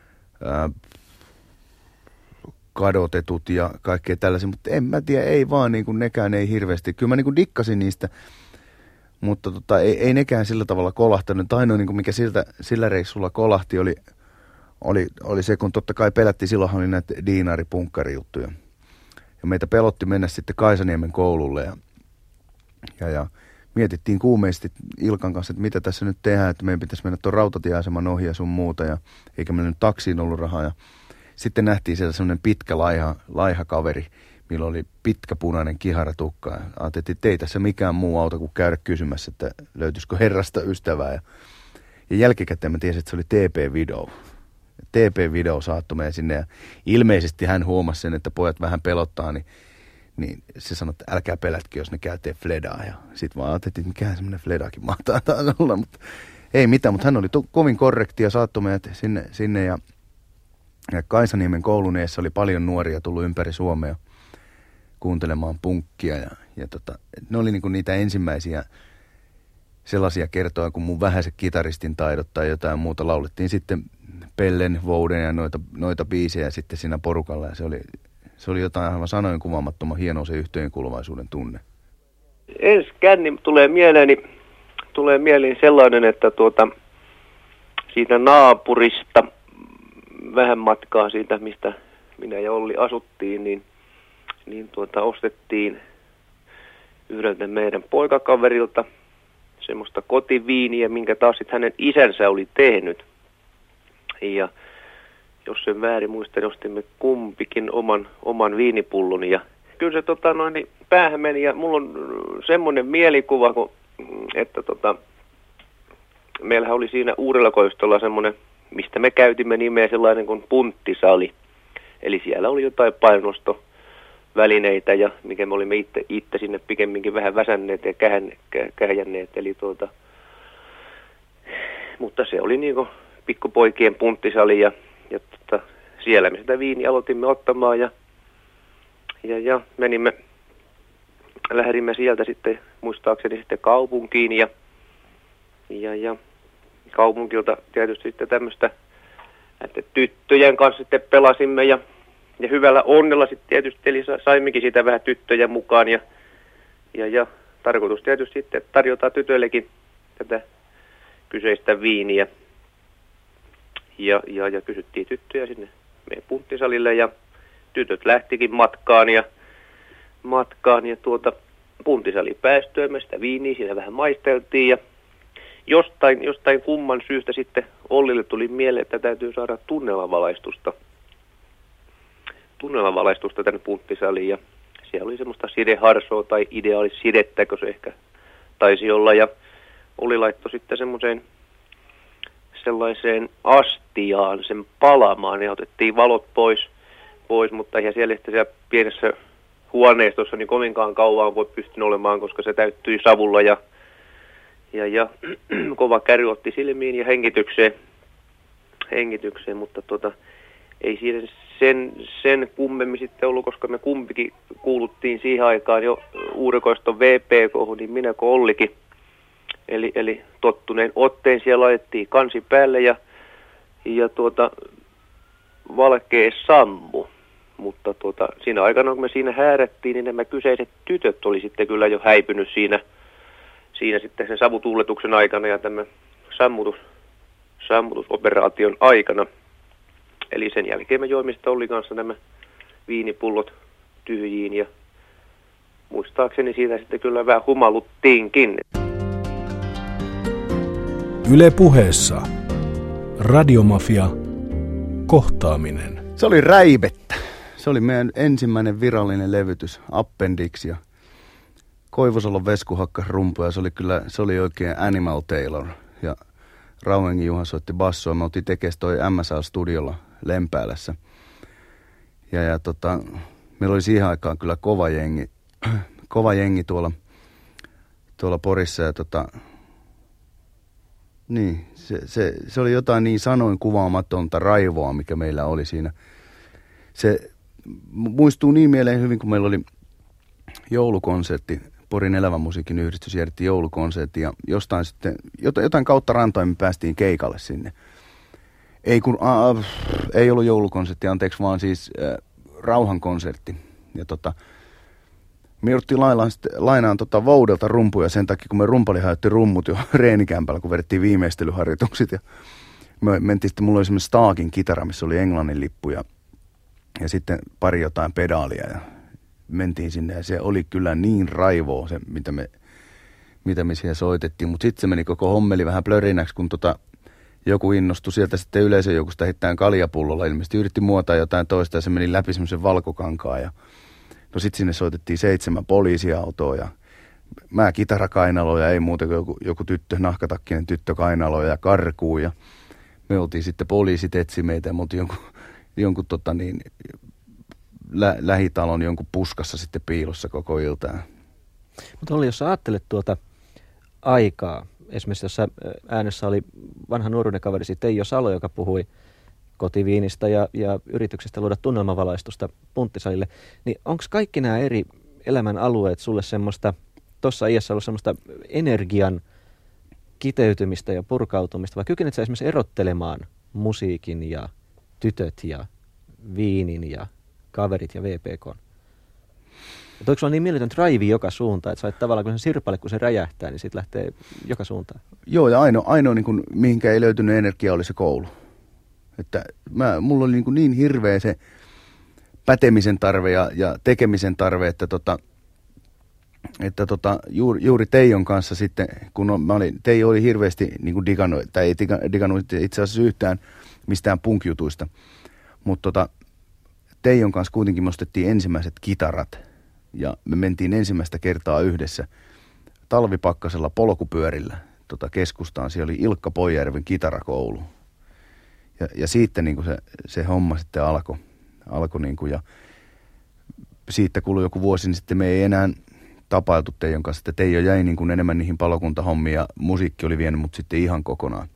Kadotetut ja kaikkea tällaisia. Mutta en mä tiedä, ei vaan niin kuin nekään ei hirveästi. Kyllä mä niin kuin dikkasin niistä, mutta ei nekään sillä tavalla kolahtanut. Ainoa niin kuin mikä sillä reissulla kolahti oli se, kun totta kai pelättiin, silloinhan oli näitä diinari-punkkarijuttuja. Ja meitä pelotti mennä sitten Kaisaniemen koululle ja mietittiin kuumeisesti Ilkan kanssa, että mitä tässä nyt tehdään, että meidän pitäisi mennä tuon rautatieaseman ohi ja sun muuta, ja eikä meillä nyt taksiin ollut rahaa. Ja sitten nähtiin siellä semmoinen pitkä laiha kaveri, milloin oli pitkä punainen kiharatukka. Ja ajateltiin, että ei tässä mikään muu auta kuin käydä kysymässä, että löytyisikö herrasta ystävää. Ja jälkikäteen mä tiesin, että se oli TP-video. TP-video saattoi meidän sinne ja ilmeisesti hän huomasi sen, että pojat vähän pelottaa, niin se sanoi, että älkää pelätkö, jos ne käytee Fledaa. Ja sitten vaan ajattelin, että mikähän semmoinen Fledakin mahtaa taas olla, mutta ei mitään. Mutta hän oli kovin korrekti ja saattoi meidät sinne ja Kaisaniemen koulun eessä oli paljon nuoria tullut ympäri Suomea kuuntelemaan punkkia ja ne oli niinku niitä ensimmäisiä sellaisia kertoja, kun mun vähäiset kitaristin taidot tai jotain muuta laulettiin sitten Pellen, Vouden ja noita biisejä sitten siinä porukalla ja se oli jotain aivan sanoin kuvaamattoman hienoa se yhteenkuuluvaisuuden tunne. Ensi känni tulee mieleeni sellainen, että siitä naapurista vähän matkaa siitä, mistä minä ja Olli asuttiin, niin ostettiin yhdeltä meidän poikakaverilta semmoista kotiviiniä, minkä taas sitten hänen isänsä oli tehnyt. Ja jos sen väärin muistan, ostimme kumpikin oman viinipullon ja kyllä se päähän meni ja mulla on semmoinen mielikuva, että meillähän oli siinä Uudella-Koistolla semmoinen, mistä me käytimme nimeä sellainen kuin punttisali. Eli siellä oli jotain painostovälineitä ja mikä me olimme itse sinne pikemminkin vähän väsänneet ja kähjänneet. Eli mutta se oli niinku pikkupoikien punttisali ja siellä me sitä viiniä aloitimme ottamaan ja lähdimme sieltä sitten muistaakseni sitten kaupunkiin ja kaupunkilta tietysti sitten tämmöistä, että tyttöjen kanssa sitten pelasimme ja hyvällä onnella sitten tietysti, eli saimmekin siitä vähän tyttöjä mukaan ja tarkoitus tietysti sitten, että tarjotaan tytöillekin tätä kyseistä viiniä ja kysyttiin tyttöjä sinne meidän punttisalille ja tytöt lähtikin matkaan ja punttisaliin päästyä me sitä viiniä siinä vähän maisteltiin ja jostain kumman syystä sitten Ollille tuli mieleen, että täytyy saada tunnelmavalaistusta tänne punttisaliin ja siellä oli semmoista sideharsoa tai ideaalisidettä, se ehkä taisi olla ja Olli laittoi sitten sellaiseen astiaan sen palamaan ja otettiin valot pois, mutta eihän siellä pienessä huoneistossa niin kovinkaan kauan voi pystynyt olemaan, koska se täyttyi savulla ja kova käry otti silmiin ja hengitykseen, mutta ei siinä sen kummemmin sitten ollut, koska me kumpikin kuuluttiin siihen aikaan jo Uudenkoiston VPK:hun, niin minä kuin Ollikin. Eli tottuneen otteen siellä laitettiin kansi päälle ja valkea sammu. Mutta siinä aikana, kun me siinä häärättiin, niin nämä kyseiset tytöt oli sitten kyllä jo häipynyt siinä sitten sen savutuuletuksen aikana ja tämän sammutusoperaation aikana. Eli sen jälkeen me joimme sitten Ollin kanssa nämä viinipullot tyhjiin ja muistaakseni siitä sitten kyllä vähän humaluttiinkin. Yle Puheessa Radiomafia kohtaaminen. Se oli Räibettä. Se oli meidän ensimmäinen virallinen levytys, Appendix ja Koivusalon Vesku hakkas rumpuja. Se oli oikein Animal Taylor ja Rauhengin Juha soitti bassoa. Me oltiin tekemään toi MSL-studiolla Lempäälässä. Ja meillä oli siihen aikaan kyllä kova jengi tuolla Porissa ja niin, se oli jotain niin sanoin kuvaamatonta raivoa, mikä meillä oli siinä. Se muistuu niin mieleen hyvin, kun meillä oli joulukonsertti, Porin Elävän musiikin yhdistys järjetti joulukonsertti ja jotain kautta rantoimme päästiin keikalle sinne. Ei ollut joulukonsertti, anteeksi, vaan siis rauhankonsertti. Ja me jouduttiin lainaan Voudelta rumpuja sen takia, kun me rumpali hajotti rummut jo reenikämpällä, kun vedettiin viimeistelyharjoitukset. Ja me mentiin sitten, mulla oli semmoinen Staakin kitara, missä oli Englannin lippu ja sitten jotain pedaalia ja mentiin sinne ja se oli kyllä niin raivoa se, mitä me siellä soitettiin. Mutta sitten se meni koko hommeli vähän plörinäksi, kun joku innostui sieltä sitten yleisöjoukosta heittämään kaljapullolla. Ilmeisesti yritti muotaa jotain toista ja se meni läpi semmoisen valkokankaan ja No sit sinne soitettiin 7 poliisiautoa ja mä kitarakainaloja, ei muuta kuin joku tyttö, nahkatakkinen tyttö kainaloja ja karkuun. Ja me oltiin sitten, poliisit etsi meitä ja me oltiin jonkun lähitalon jonkun puskassa sitten piilossa koko iltaan. Mutta Olli, jos sä ajattelet tuota aikaa, esimerkiksi jossa äänessä oli vanha nuoruuden kaverisi Teijo Salo, joka puhui kotiviinistä ja yrityksestä luoda tunnelmavalaistusta punttisalille, niin onko kaikki nämä eri elämän alueet sulle semmoista, tuossa iässä ollut semmoista energian kiteytymistä ja purkautumista, vai kykenet sä esimerkiksi erottelemaan musiikin ja tytöt ja viinin ja kaverit ja VPK? Että onko sulla niin mieletön drive joka suuntaan, että sä et tavallaan, kun se sirpale, kun se räjähtää, niin siitä lähtee joka suuntaan? Joo, ja ainoa niin kuin, mihinkä ei löytynyt energiaa, oli se koulu. Että mulla oli niin hirveä se pätemisen tarve ja tekemisen tarve, että juuri Teijon kanssa sitten, kun Teijo oli hirveästi niin kuin digannut, tai ei digannut itse asiassa yhtään mistään punk-jutuista, mutta Teijon kanssa kuitenkin me ostettiin ensimmäiset kitarat ja me mentiin ensimmäistä kertaa yhdessä talvipakkasella polkupyörillä keskustaan. Siellä oli Ilkka Poijärven kitarakoulu ja siitä niin kuin se homma sitten alkoi niin kuin, ja siitä kului joku vuosi, niin sitten me ei enää tapailtu Teijon kanssa, että Teijo jäi niin kuin enemmän niihin palokuntahommiin ja musiikki oli vienyt mut sitten ihan kokonaan.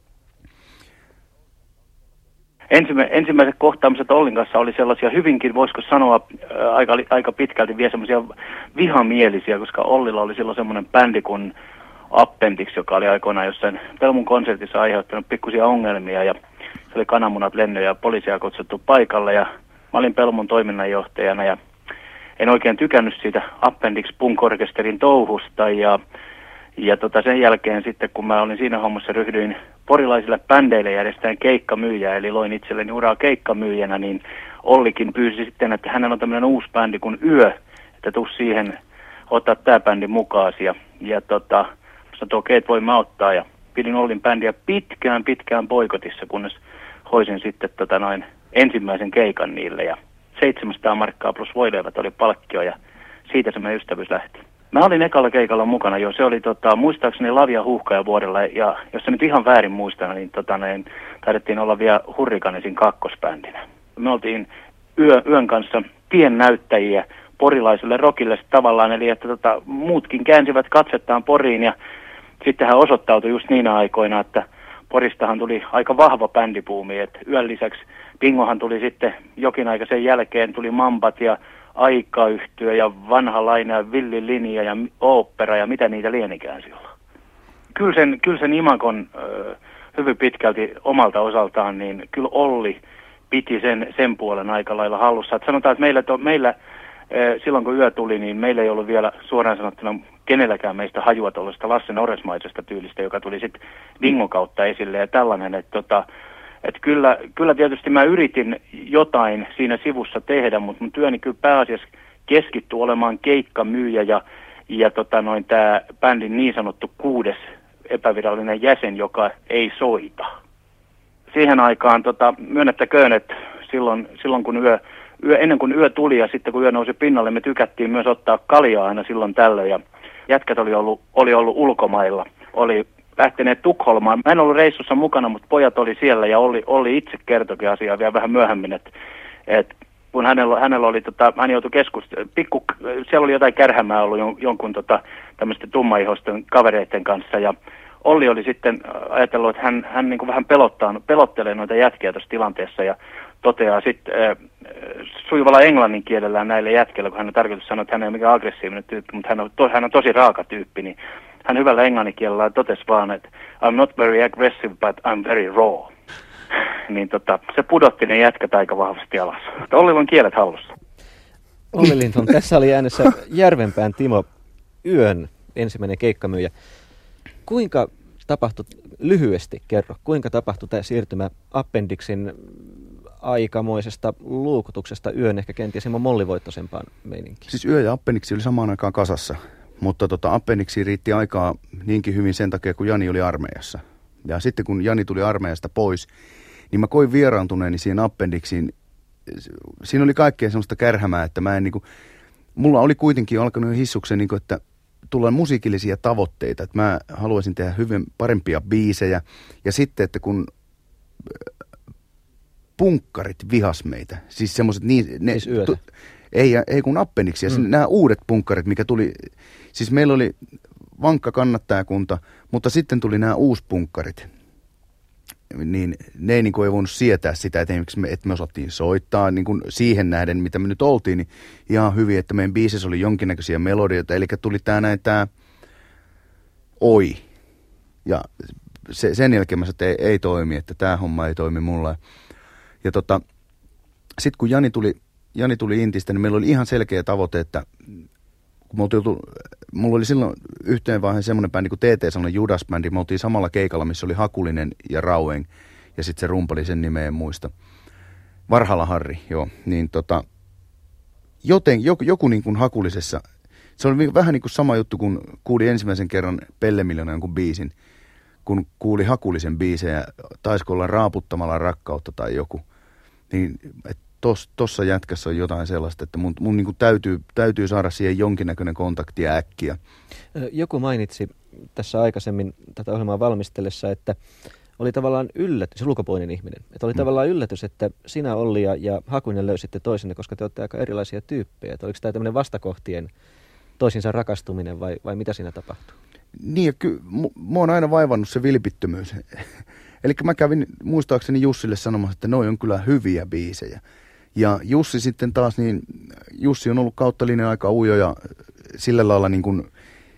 Ensimmäiset kohtaamiset Ollin kanssa oli sellaisia hyvinkin, voisiko sanoa, aika pitkälti vielä semmoisia vihamielisiä, koska Ollilla oli silloin semmoinen bändi kuin Appendix, joka oli aikoinaan jossain Pelmun konsertissa aiheuttanut pikkusia ongelmia ja se oli kananmunat lennä ja poliisia kutsuttu paikalle ja mä olin Pelmun toiminnanjohtajana ja en oikein tykännyt siitä Appendix Punk-orkesterin touhusta ja sen jälkeen sitten kun mä olin siinä hommassa ryhdyin porilaisille bändeille järjestäen keikkamyyjää, eli loin itselleni uraa keikkamyyjänä, niin Ollikin pyysi sitten, että hänellä on tämmöinen uusi bändi kuin Yö, että tuu siihen ottaa tää bändi mukaasi ja sanoin, että okei, että voimme auttaa ja pidin Ollin bändiä pitkään boikotissa, kunnes hoisin sitten ensimmäisen keikan niille ja 700 markkaa plus voileivät oli palkkio ja siitä se meidän ystävyys lähti. Mä olin ekalla keikalla mukana jo, se oli muistaakseni Lavia Huuhkajavuorella ja jos se nyt ihan väärin muistan, niin taidettiin olla vielä Hurrikanesin kakkosbändinä. Me oltiin Yön kanssa tiennäyttäjiä porilaiselle rockille tavallaan, eli että muutkin käänsivät katsettaan Poriin ja sittenhän osoittautui just niinä aikoina, että Poristahan tuli aika vahva bändipuumi, että Yön lisäksi Pingohan tuli sitten jokin aika sen jälkeen, tuli Mambat ja Aikayhtyö ja Vanha Laine ja Villi Linja ja Ooppera ja mitä niitä lienikään silloin. Kyllä sen imakon hyvin pitkälti omalta osaltaan, niin kyllä Olli piti sen puolen aika lailla hallussa. Että sanotaan, että meillä silloin kun Yö tuli, niin meillä ei ollut vielä suoraan sanottuna kenelläkään meistä hajua tuollaista Lassen Oresmaisesta tyylistä, joka tuli sitten Dingon kautta esille ja tällainen, että kyllä tietysti mä yritin jotain siinä sivussa tehdä, mutta mun työni kyllä pääasiassa keskittyi olemaan keikkamyyjä ja tämä bändin niin sanottu 6. epävirallinen jäsen, joka ei soita. Siihen aikaan myönnettäköön, että silloin kun ennen kuin Yö tuli ja sitten kun Yö nousi pinnalle, me tykättiin myös ottaa kaljaa aina silloin tällöin ja jätkät oli ollut ulkomailla, oli lähteneet Tukholmaan. Mä en ollut reissussa mukana, mutta pojat oli siellä ja Olli itse kertoikin asiaa vielä vähän myöhemmin, että kun hänellä oli, hän joutui siellä oli jotain kärhämää ollut jonkun tämmöisten tummaihoisten kavereiden kanssa ja Olli oli sitten ajatellut, että hän niin kuin vähän pelottelee noita jätkiä tässä tilanteessa ja toteaa sitten sujuvalla englannin kielellään näille jätkille, kun hän on tarkoitus sanoa, että hän ei ole mikään aggressiivinen tyyppi, mutta hän on tosi raaka tyyppi, niin hän hyvällä englanninkielellä totesi vaan, että I'm not very aggressive, but I'm very raw. Niin se pudotti ne jätkät aika vahvasti alas. Ollilla on kielet hallussa. Olli Lindholm, tässä oli äänessä Järvenpään Timo, Yön ensimmäinen keikkamyyjä. Kuinka tapahtui, lyhyesti kerro, kuinka tapahtui tämä siirtymä Appendixin aikamoisesta luukutuksesta Yön ehkä kenties hieman mollivoittoisempaan meininkiin? Siis Yö ja Appendix oli samaan aikaan kasassa, mutta Appendixiin riitti aikaa niinkin hyvin sen takia, kun Jani oli armeijassa. Ja sitten kun Jani tuli armeijasta pois, niin mä koin vieraantuneeni siihen Appendixiin. Siinä oli kaikkea semmoista kärhämää, että mä en niinku, mulla oli kuitenkin alkanut hissuksen, niin kuin, että tullaan musiikillisia tavoitteita, että mä haluaisin tehdä parempia biisejä. Ja sitten, että kun punkkarit vihas meitä, siis semmoiset ei kun Appeniksi, ja nämä uudet punkkarit, mikä tuli, siis meillä oli vankka kannattajakunta, mutta sitten tuli nämä uuspunkkarit. Niin ne ei, niin kuin, ei voinut sietää sitä, että me osattiin soittaa niin kuin siihen nähden, mitä me nyt oltiin, niin ihan hyvin, että meidän biisissä oli jonkinnäköisiä melodioita, eli tuli tämä oi. Ja sen jälkeen mä sanoin, että ei toimi, että tämä homma ei toimi mulla. Ja sitten kun Jani tuli Intistä, niin meillä oli ihan selkeä tavoite, että kun mulla oli silloin yhteen vaiheessa semmoinen bändi kuin TT, sellainen Judas-bändi. Me oltiin samalla keikalla, missä oli Hakulinen ja Raueng, ja sitten se rumpali, sen nimeä en muista. Varhala Harri, joo. Niin joku niin kuin Hakulisessa, se oli vähän niin kuin sama juttu, kun kuuli ensimmäisen kerran Pelle Miljoona jonkun biisin, kun kuuli Hakulisen biisejä, taisiko olla Raaputtamalla rakkautta tai joku, niin tossa jätkässä on jotain sellaista, että mun niin kuin täytyy saada siihen jonkinnäköinen kontakti äkkiä. Joku mainitsi tässä aikaisemmin tätä ohjelmaa valmistellessa, että oli tavallaan yllätys, ulkopuolinen ihminen, että oli tavallaan yllätys, että sinä, Olli ja Hakuinen löysitte toisenne, koska te olette aika erilaisia tyyppejä. Että oliko tämä tämmöinen vastakohtien toisinsa rakastuminen vai mitä siinä tapahtuu? Niin, kyllä mua on aina vaivannut se vilpittömyys. Eli mä kävin muistaakseni Jussille sanomassa, että noi on kyllä hyviä biisejä. Ja Jussi sitten taas, niin Jussi on ollut kautta linjan aika ujo ja sillä lailla niin kuin,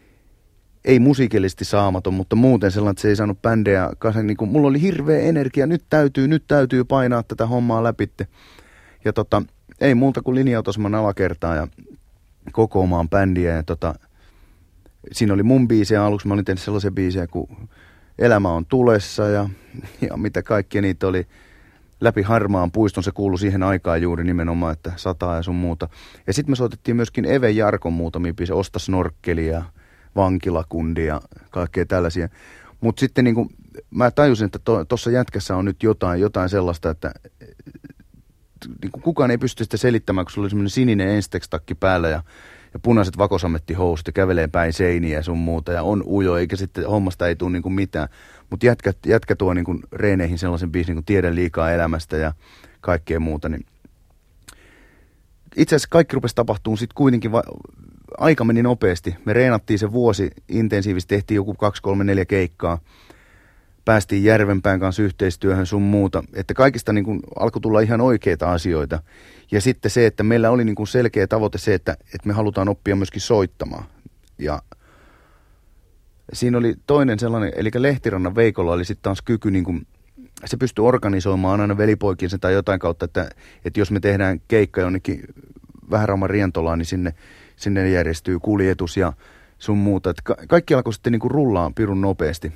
ei musiikillisesti saamaton, mutta muuten sellainen, että se ei saanut bändejä kanssa. Niin kuin, mulla oli hirveä energia, nyt täytyy painaa tätä hommaa läpitte. Ja ei muuta kuin linja-autosman alakertaa ja kokoomaan bändiä. Ja siinä oli mun biisejä aluksi, mä olin tehnyt sellaisia biisejä kuin Elämä on tulessa ja mitä kaikkia niitä oli. Läpi harmaan puiston, se kuului siihen aikaan juuri nimenomaan, että sataa ja sun muuta. Ja sitten me soitettiin myöskin Eve Jarkon muutamia biisejä, Osta snorkkeli ja Vankilakundi ja kaikkea tällaisia. Mutta sitten niin kuin, mä tajusin, että tuossa jätkässä on nyt jotain sellaista, että niin kuin kukaan ei pysty sitä selittämään, kun sulla oli semmoinen sininen Enstex-takki päällä ja punaiset vakosamettihousut ja kävelee päin seiniä ja sun muuta ja on ujo, eikä sitten hommasta ei tule niin kuin mitään. Mutta jätkä tuo niin kuin reeneihin sellaisen biisin, niin kuin Tiedän liikaa elämästä ja kaikkea muuta. Niin itse asiassa kaikki rupesi tapahtumaan sitten kuitenkin, aika meni nopeasti. Me reenattiin se vuosi intensiivisesti, tehtiin joku 2, 3, 4 keikkaa. Päästiin Järvenpään kanssa yhteistyöhön sun muuta. Että kaikista niin kuin alkoi tulla ihan oikeita asioita. Ja sitten se, että meillä oli niin kuin selkeä tavoite se, että me halutaan oppia myöskin soittamaan. Ja siinä oli toinen sellainen, eli Lehtirannan Veikolla oli sitten taas kyky, niin kuin, se pystyi organisoimaan aina velipoikinsa tai jotain kautta, että jos me tehdään keikka jonnekin Vähärauman Rientolaan, niin sinne järjestyy kuljetus ja sun muuta. Että kaikki alkoi sitten niin kuin rullaa pirun nopeasti.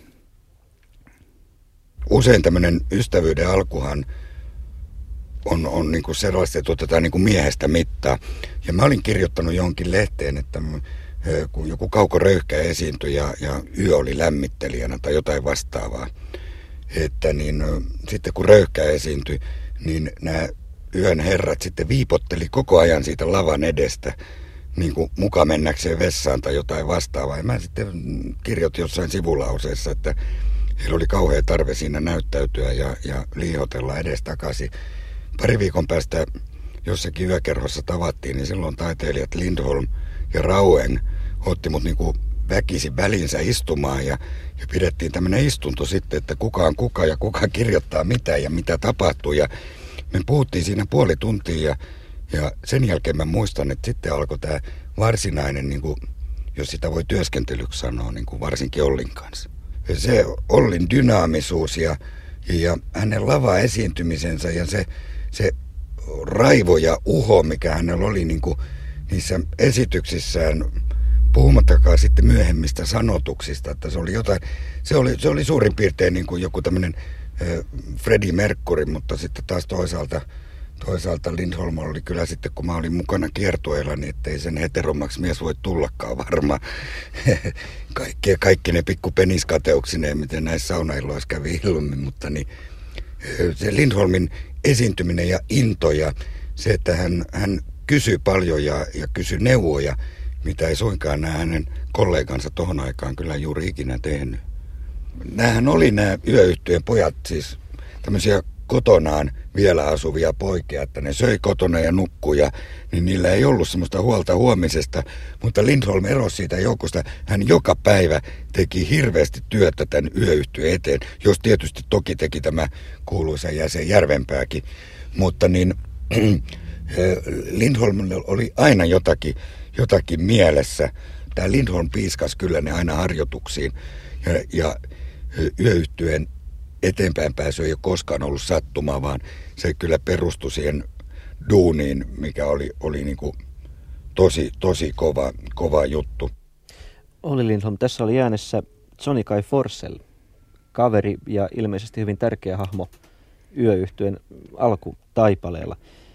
Usein tämmöinen ystävyyden alkuhan on niin kuin sellaista, että otetaan niin kuin miehestä mittaa. Ja mä olin kirjoittanut johonkin lehteen, että kun joku Kauko Röyhkä esiintyi ja Yö oli lämmittelijänä tai jotain vastaavaa, että niin sitten kun Röyhkä esiintyi, niin nämä Yön herrat sitten viipotteli koko ajan siitä lavan edestä, niin kuin muka mennäkseen vessaan tai jotain vastaavaa. Ja mä sitten kirjoitin jossain sivulauseessa, että heillä oli kauhea tarve siinä näyttäytyä ja liihotella edestakaisin. Pari viikon päästä jossakin yökerhossa tavattiin, niin silloin taiteilijat Lindholm ja Raueng otti mut niinku väkisin välinsä istumaan ja pidettiin tämmöinen istunto sitten, että kuka on kuka ja kuka kirjoittaa mitä ja mitä tapahtuu. Ja me puhuttiin siinä puoli tuntia ja sen jälkeen mä muistan, että sitten alkoi tämä varsinainen, niinku, jos sitä voi työskentelyksi sanoa, niinku varsinkin Ollin kanssa. Se Ollin dynaamisuus ja hänen lava-esiintymisensä ja se raivo ja uho, mikä hänellä oli niin kuin niissä esityksissään, puhumattakaan sitten myöhemmistä sanotuksista, että se oli jotain, se oli suurin piirtein niin kuin joku tämmöinen Freddie Mercury, mutta sitten taas toisaalta Lindholm oli kyllä sitten, kun mä olin mukana kiertueella, niin ettei sen heterommaksi mies voi tullakaan varmaan. Kaikki ne pikku peniskateuksineen, miten näissä saunailloissa kävi ilmi, mutta niin, se Lindholmin esiintyminen ja into ja se, että hän kysyi paljon ja kysyi neuvoja, mitä ei suinkaan nämä hänen kollegansa tohon aikaan kyllä juuri ikinä tehnyt. Nämähän oli nämä yöyhtyeen pojat siis tämmöisiä kotonaan vielä asuvia poikia, että ne söi kotona ja nukkuja, niin niillä ei ollut semmoista huolta huomisesta, mutta Lindholm erosi siitä joukosta. Hän joka päivä teki hirveästi työtä tämän yöyhtyeen eteen, jos tietysti toki teki tämä kuuluisa jäsen Järvenpääkin, mutta niin Lindholmilla oli aina jotakin mielessä. Tämä Lindholm piiskasi kyllä ne aina harjoituksiin ja yöyhtyeen eteenpäin pääsy ei ole koskaan ollut sattumaa, vaan se kyllä perustui siihen duuniin, mikä oli niin kuin tosi kova juttu. Olli Lindholm, tässä oli äänessä Johnny Kai Forssell, kaveri ja ilmeisesti hyvin tärkeä hahmo yöyhtyeen alkutaipaleella.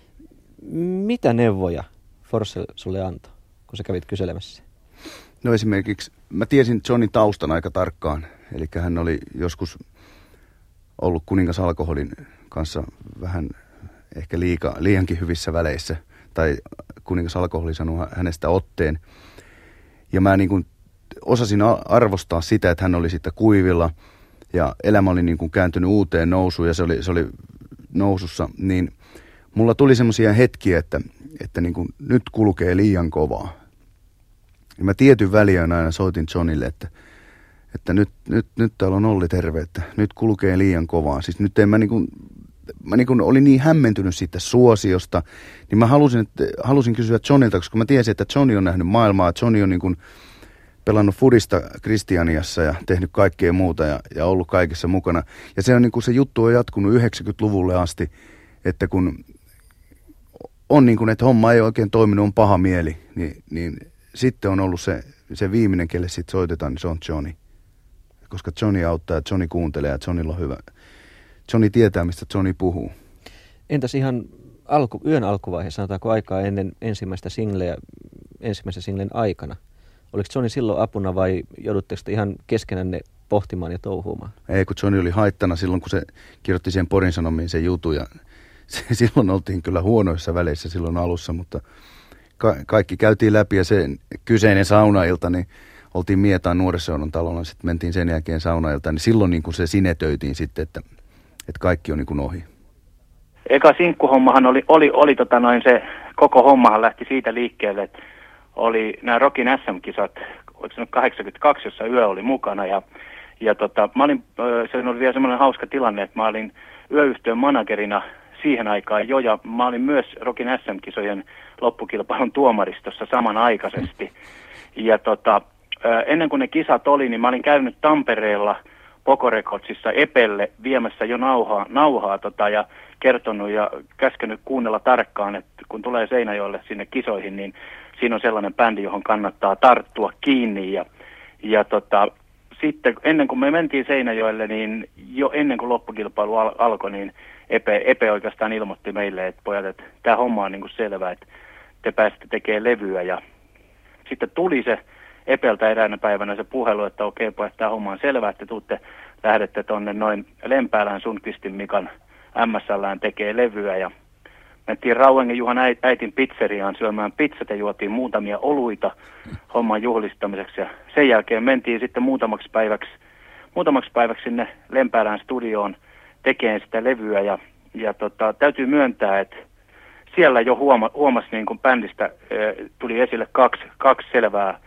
Mitä neuvoja Forssell sulle antoi, kun sä kävit kyselemässä? No esimerkiksi, mä tiesin Johnin taustan aika tarkkaan, eli hän oli joskus ollut kuningas alkoholin kanssa vähän ehkä liiankin hyvissä väleissä, tai kuningas alkoholi sanoi hänestä otteen. Ja mä niin kuin osasin arvostaa sitä, että hän oli sitten kuivilla, ja elämä oli niin kuin kääntynyt uuteen nousuun, ja se oli nousussa, niin mulla tuli semmoisia hetkiä, että niin kuin nyt kulkee liian kovaa. Ja mä tietyn väliin aina soitin Johnille, että nyt täällä on Olli terve, että nyt kulkee liian kovaa. Siis nyt mä olin niin hämmentynyt siitä suosiosta, niin mä halusin kysyä Johnilta, koska mä tiesin, että Johnny on nähnyt maailmaa, Johnny on niin kuin pelannut fudista Kristianiassa ja tehnyt kaikkea muuta ja ollut kaikessa mukana. Ja se on niin kuin se juttu on jatkunut 90-luvulle asti, että kun on niin kuin, että homma ei oikein toiminut, on paha mieli, niin sitten on ollut se viimeinen, kelle sitten soitetaan, niin se on Johnny. Koska Johnny auttaa ja Johnny kuuntelee ja Johnnylla on hyvä. Johnny tietää, mistä Johnny puhuu. Entäs ihan yön alkuvaiheessa, sanotaanko aikaa ennen ensimmäisen singlen aikana? Oliko Johnny silloin apuna vai joudutteko te ihan keskenänne pohtimaan ja touhuumaan? Ei, kun Johnny oli haittana silloin, kun se kirjoitti siihen Porin Sanomiin sen jutun. Ja silloin oltiin kyllä huonoissa väleissä silloin alussa, mutta kaikki käytiin läpi ja se kyseinen saunailta, niin oltiin Mietaan nuorisoseuran talolla, sitten mentiin sen jälkeen saunailta, niin silloin niin kuin se sinetöitiin sitten, että kaikki on niin kuin ohi. Eka sinkkuhommahan oli se koko hommahan lähti siitä liikkeelle, että oli nämä Rockin SM-kisat, oliko se 82, jossa Yö oli mukana ja mä olin, se oli vielä semmoinen hauska tilanne, että mä olin yöyhtiön managerina siihen aikaan jo ja mä olin myös Rockin SM-kisojen loppukilpailun tuomaristossa samanaikaisesti ja ennen kuin ne kisat oli, niin mä olin käynyt Tampereella Poco Recordsissa Epelle viemässä jo nauhaa ja kertonut ja käskenyt kuunnella tarkkaan, että kun tulee Seinäjoelle sinne kisoihin, niin siinä on sellainen bändi, johon kannattaa tarttua kiinni ja sitten ennen kuin me mentiin Seinäjoelle, niin jo ennen kuin loppukilpailu alkoi, niin Epe oikeastaan ilmoitti meille, että pojat, että tämä homma on niin kuin selvä, että te pääsette tekemään levyä ja sitten tuli se Epeltä eräänä päivänä se puhelu, että okei pojat, tämä homma on selvä, että lähdette tuonne noin Lempäälän Sundqvistin Mikan MSLään tekee levyä ja mentiin Rauengen Juhan äitin pizzeriaan syömään pizzat ja juotiin muutamia oluita homman juhlistamiseksi ja sen jälkeen mentiin sitten muutamaksi päiväksi sinne Lempäälän studioon tekemään sitä levyä ja täytyy myöntää, että siellä jo huomasi niin kuin bändistä tuli esille kaksi selvää.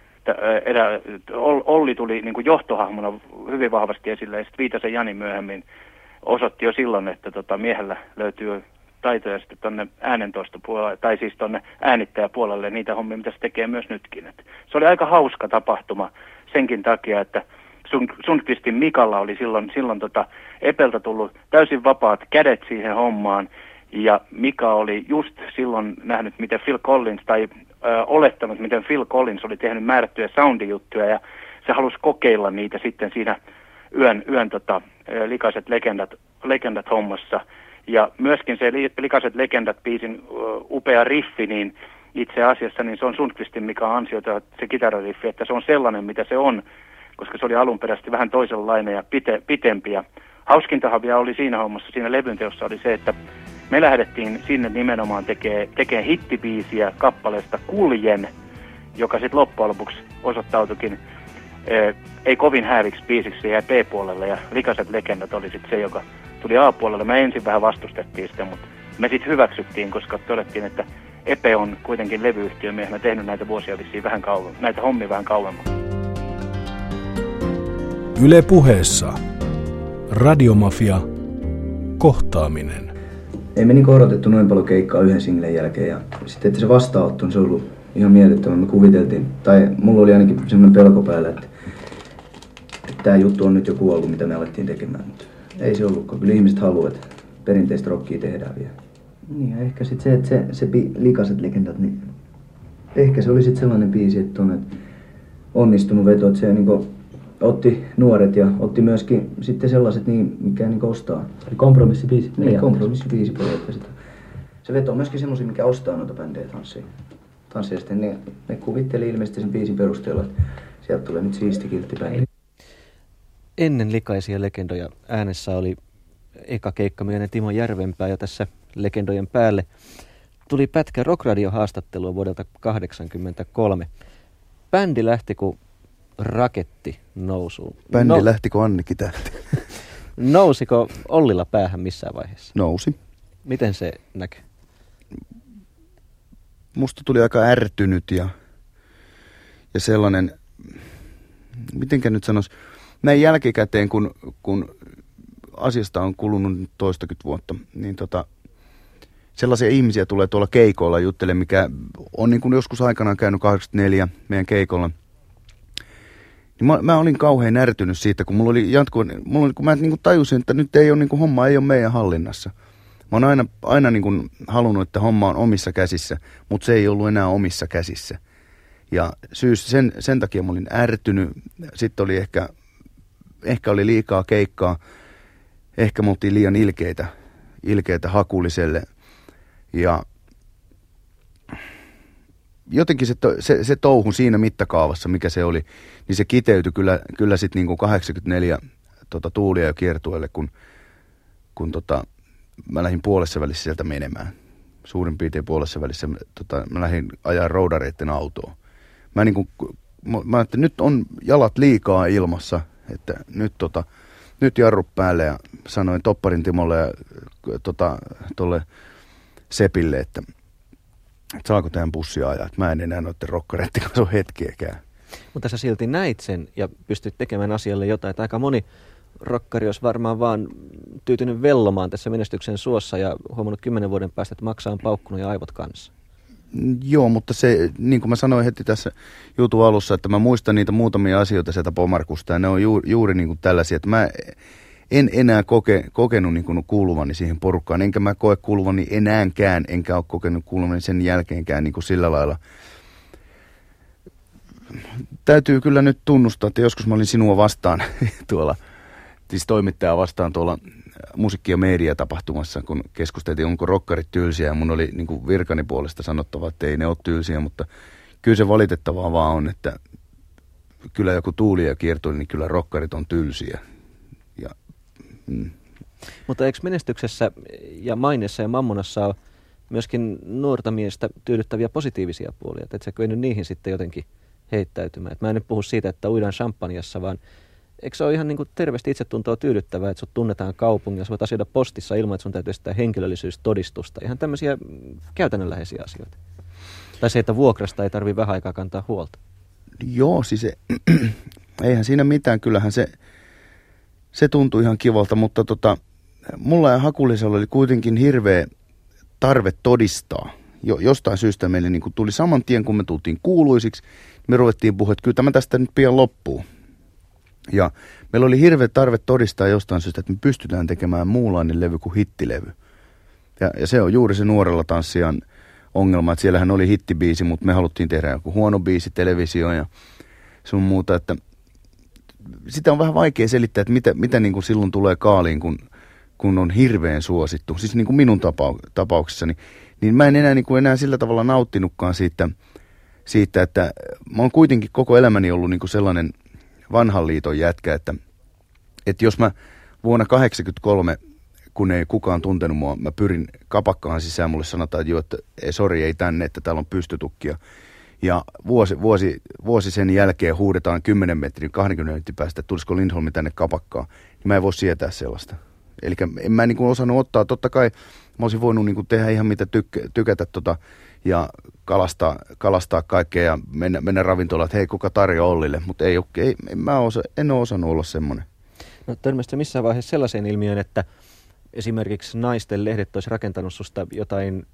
Olli tuli niin kuin johtohahmona hyvin vahvasti esille ja sitten Viitasen Jani myöhemmin osoitti jo silloin, että miehellä löytyy taitoja sitten tuonne äänentoistopuolelle, tai siis tuonne äänittäjäpuolelle niitä hommia, mitä se tekee myös nytkin. Et se oli aika hauska tapahtuma senkin takia, että Sundqvistin Mikalla oli silloin Epeltä tullut täysin vapaat kädet siihen hommaan, ja Mika oli just silloin nähnyt, miten Phil Collins, tai olettanut, miten Phil Collins oli tehnyt määrättyjä soundijuttuja, ja se halusi kokeilla niitä sitten siinä yön likaiset legendat hommassa. Ja myöskin se Likaiset legendat -biisin upea riffi, niin itse asiassa niin se on Sundqvistin Mika ansiota se kitarariffi, että se on sellainen, mitä se on, koska se oli alunperäisesti vähän toisenlainen ja pitempi. Ja hauskintahan vielä oli siinä hommassa, siinä levynteossa oli se, että Me lähdettiin sinne nimenomaan tekemään hittibiisiä kappaleesta Kuljen, joka sitten loppujen lopuksi osoittautuikin ei kovin hääviksi biisiksi, se jäi B-puolelle ja Likaiset legendat oli sitten se, joka tuli A-puolelle. Me ensin vähän vastustettiin sitä, mutta me sitten hyväksyttiin, koska todettiin, että Epe on kuitenkin levyyhtiömiehenä tehnyt näitä vuosia vissiin vähän kauemmin, näitä hommia vähän kauemmin. Yle Puheessa. Radiomafia. Kohtaaminen. Ei me niin odotettu noin paljon keikkaa yhden singlen jälkeen ja sitten että se vastaanotto, se on ollut ihan mielettömän. Me kuviteltiin, tai mulla oli ainakin semmoinen pelko päällä, että tämä juttu on nyt jo kuollut, mitä me alettiin tekemään, mutta ei se ollutkaan. Kyllä ihmiset haluaa, että perinteistä rockia tehdään vielä. Niin ja ehkä sitten se, että se Likaiset legendat, niin ehkä se oli sitten sellainen biisi, että on onnistunut veto, että se niinku otti nuoret ja otti myöskin sitten sellaiset, niin, mikä niin ostaa. Eli kompromissibiisi. Niin, kompromissibiisi periaatteessa. Se vetoo myöskin semmoisia, mikä ostaa noita bändejä tanssiin. Ja sitten ne kuvitteli ilmeisesti sen biisin perusteella, että sieltä tulee nyt siisti kiltti bändi. Ennen Likaisia legendoja äänessä oli eka keikkamieinen Timo Järvenpää ja tässä legendojen päälle tuli pätkä Rockradio-haastattelua vuodelta 1983. Bändi lähti kuin raketti nousuun. Bändi lähti kuin Annikki Tähti. Nousiko Ollilla päähän missään vaiheessa? Nousi. Miten se näkyy? Musta tuli aika ärtynyt ja sellainen, mitenkä nyt sanoisi, näin jälkikäteen, kun asiasta on kulunut toistakymmentä vuotta, niin sellaisia ihmisiä tulee tuolla keikoilla juttelemaan, mikä on niin kuin joskus aikanaan käynyt 84 meidän keikolla. Niin mä olin kauhean ärtynyt siitä, kun mulla oli kun mä niin kuin tajusin, että nyt ei ole, niin kuin, homma ei ole meidän hallinnassa. Mä oon aina niin kuin halunnut, että homma on omissa käsissä, mutta se ei ollut enää omissa käsissä. Ja sen takia mä olin ärtynyt. Sitten oli ehkä oli liikaa keikkaa. Ehkä me oltiin liian ilkeitä Hakuliselle. Ja jotenkin se touhu siinä mittakaavassa, mikä se oli, niin se kiteytyi kyllä sitten niin kuin 84 Tuulia ja kiertueelle, kun mä lähdin puolessa välissä sieltä menemään. Suurin piirtein puolessa välissä mä lähdin ajaa roudareitten autoa. Mä ajattelin, että nyt on jalat liikaa ilmassa, että nyt jarru päälle ja sanoin Topparin Timolle ja tolle Sepille, että saako tähän bussia ajaa, että mä en enää noiden rokkareitten kanssa ole hetkeäkään. Mutta sä silti näit sen ja pystyt tekemään asialle jotain, että aika moni rokkari olisi varmaan vaan tyytynyt vellomaan tässä menestyksen suossa ja huomannut 10 vuoden päästä, että maksaa on paukkunut ja aivot kanssa. Joo, mutta se, niin kuin mä sanoin heti tässä jutun alussa, että mä muistan niitä muutamia asioita sieltä Pomarkusta ja ne on juuri niin kuin tällaisia, että mä en enää kokenut niin kuin kuuluvani siihen porukkaan, enkä mä koe kuuluvani enääkään, enkä ole kokenut kuuluvani sen jälkeenkään niin kuin sillä lailla. Täytyy kyllä nyt tunnustaa, että joskus mä olin sinua vastaan tuolla, siis toimittajaa vastaan tuolla musiikki- ja media-tapahtumassa, kun keskusteltiin, onko rokkarit tylsiä, ja mun oli niin kuin virkani puolesta sanottava, että ei ne ole tylsiä, mutta kyllä se valitettavaa vaan on, että kyllä joku Tuuli ja kiertui, niin kyllä rokkarit on tylsiä. Mutta eikö menestyksessä ja maineessa ja mammonassa ole myöskin nuorta miestä tyydyttäviä positiivisia puolia? Et sä kyennyt niihin sitten jotenkin heittäytymään? Et mä en nyt puhu siitä, että uidaan champanjassa, vaan eikö se ole ihan niin kuin terveesti itsetuntoa tyydyttävää, että sut tunnetaan kaupungissa, voit asioida postissa ilman, että sun täytyy sitä henkilöllisyystodistusta. Ihan tämmöisiä käytännönläheisiä asioita. Tai se, että vuokrasta ei tarvitse vähän aikaa kantaa huolta. Joo, siis eihän siinä mitään. Kyllähän se tuntui ihan kivalta, mutta mulla ja Hakulisella oli kuitenkin hirveä tarve todistaa. Jostain syystä meille niin tuli saman tien, kun me tultiin kuuluisiksi, me ruvettiin puhua, että kyllä tämä tästä nyt pian loppuu. Ja meillä oli hirveä tarve todistaa jostain syystä, että me pystytään tekemään muunlainen levy kuin hittilevy. Ja se on juuri se Nuorella tanssijan ongelma, että siellähän oli hittibiisi, mutta me haluttiin tehdä joku huono biisi televisioon ja sun muuta, että sitä on vähän vaikea selittää, että mitä niin kuin silloin tulee kaaliin, kun on hirveän suosittu. Siis niin kuin minun tapauksessani. Niin mä en enää sillä tavalla nauttinutkaan siitä, että mä oon kuitenkin koko elämäni ollut niin kuin sellainen vanhan liiton jätkä, että jos mä vuonna 1983 kun ei kukaan tuntenut mua, mä pyrin kapakkaan sisään, mulle sanotaan, että joo, että sori, ei tänne, että täällä on pystytukkia. Ja vuosi sen jälkeen huudetaan 10 metrin, 20 metrin päästä, että tulisiko Lindholmi tänne kapakkaan. Niin mä en voi sietää sellaista. Eli en mä niin kuin osannut ottaa, totta kai mä olisin voinut niin kuin tehdä ihan mitä tykätä ja kalastaa kaikkea ja mennä ravintolaan, että hei, kuka tarjoaa Ollille, mutta en ole osannut olla semmoinen. No törmäsitkö missään vaiheessa sellaiseen ilmiöön, että esimerkiksi naisten lehdet olisi rakentanut susta jotain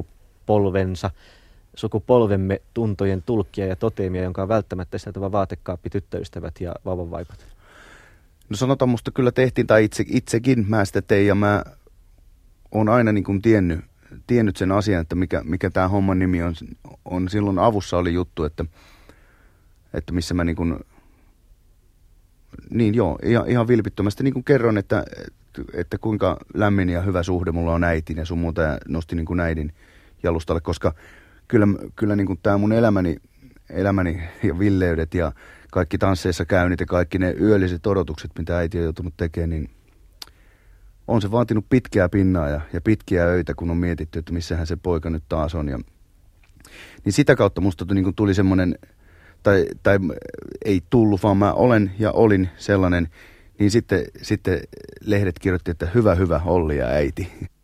sukupolvemme tuntojen tulkkia ja toteamia, jonka on välttämättä sisältävä vaatekaappi, tyttöystävät ja vauvanvaipat? No sanotaan, musta kyllä tehtiin, tai itsekin mä sitä tein, ja mä oon aina niin kuin tiennyt sen asian, että mikä tämä homman nimi on. Silloin avussa oli juttu, että missä mä ihan vilpittömästi niin kuin kerron, että kuinka lämmin ja hyvä suhde mulla on äitiin ja sun muuta, ja nosti niin kuin äidin jalustalle, koska kyllä niin kuin tämä mun elämäni ja villeydet ja kaikki tansseissa käynnit ja kaikki ne yölliset odotukset, mitä äiti on joutunut tekemään, niin on se vaatinut pitkää pinnaa ja pitkiä öitä, kun on mietitty, että missähän se poika nyt taas on. Niin sitä kautta musta niin kuin tuli semmoinen, tai ei tullut, vaan mä olen ja olin sellainen, niin sitten lehdet kirjoitti, että hyvä Olli ja äiti.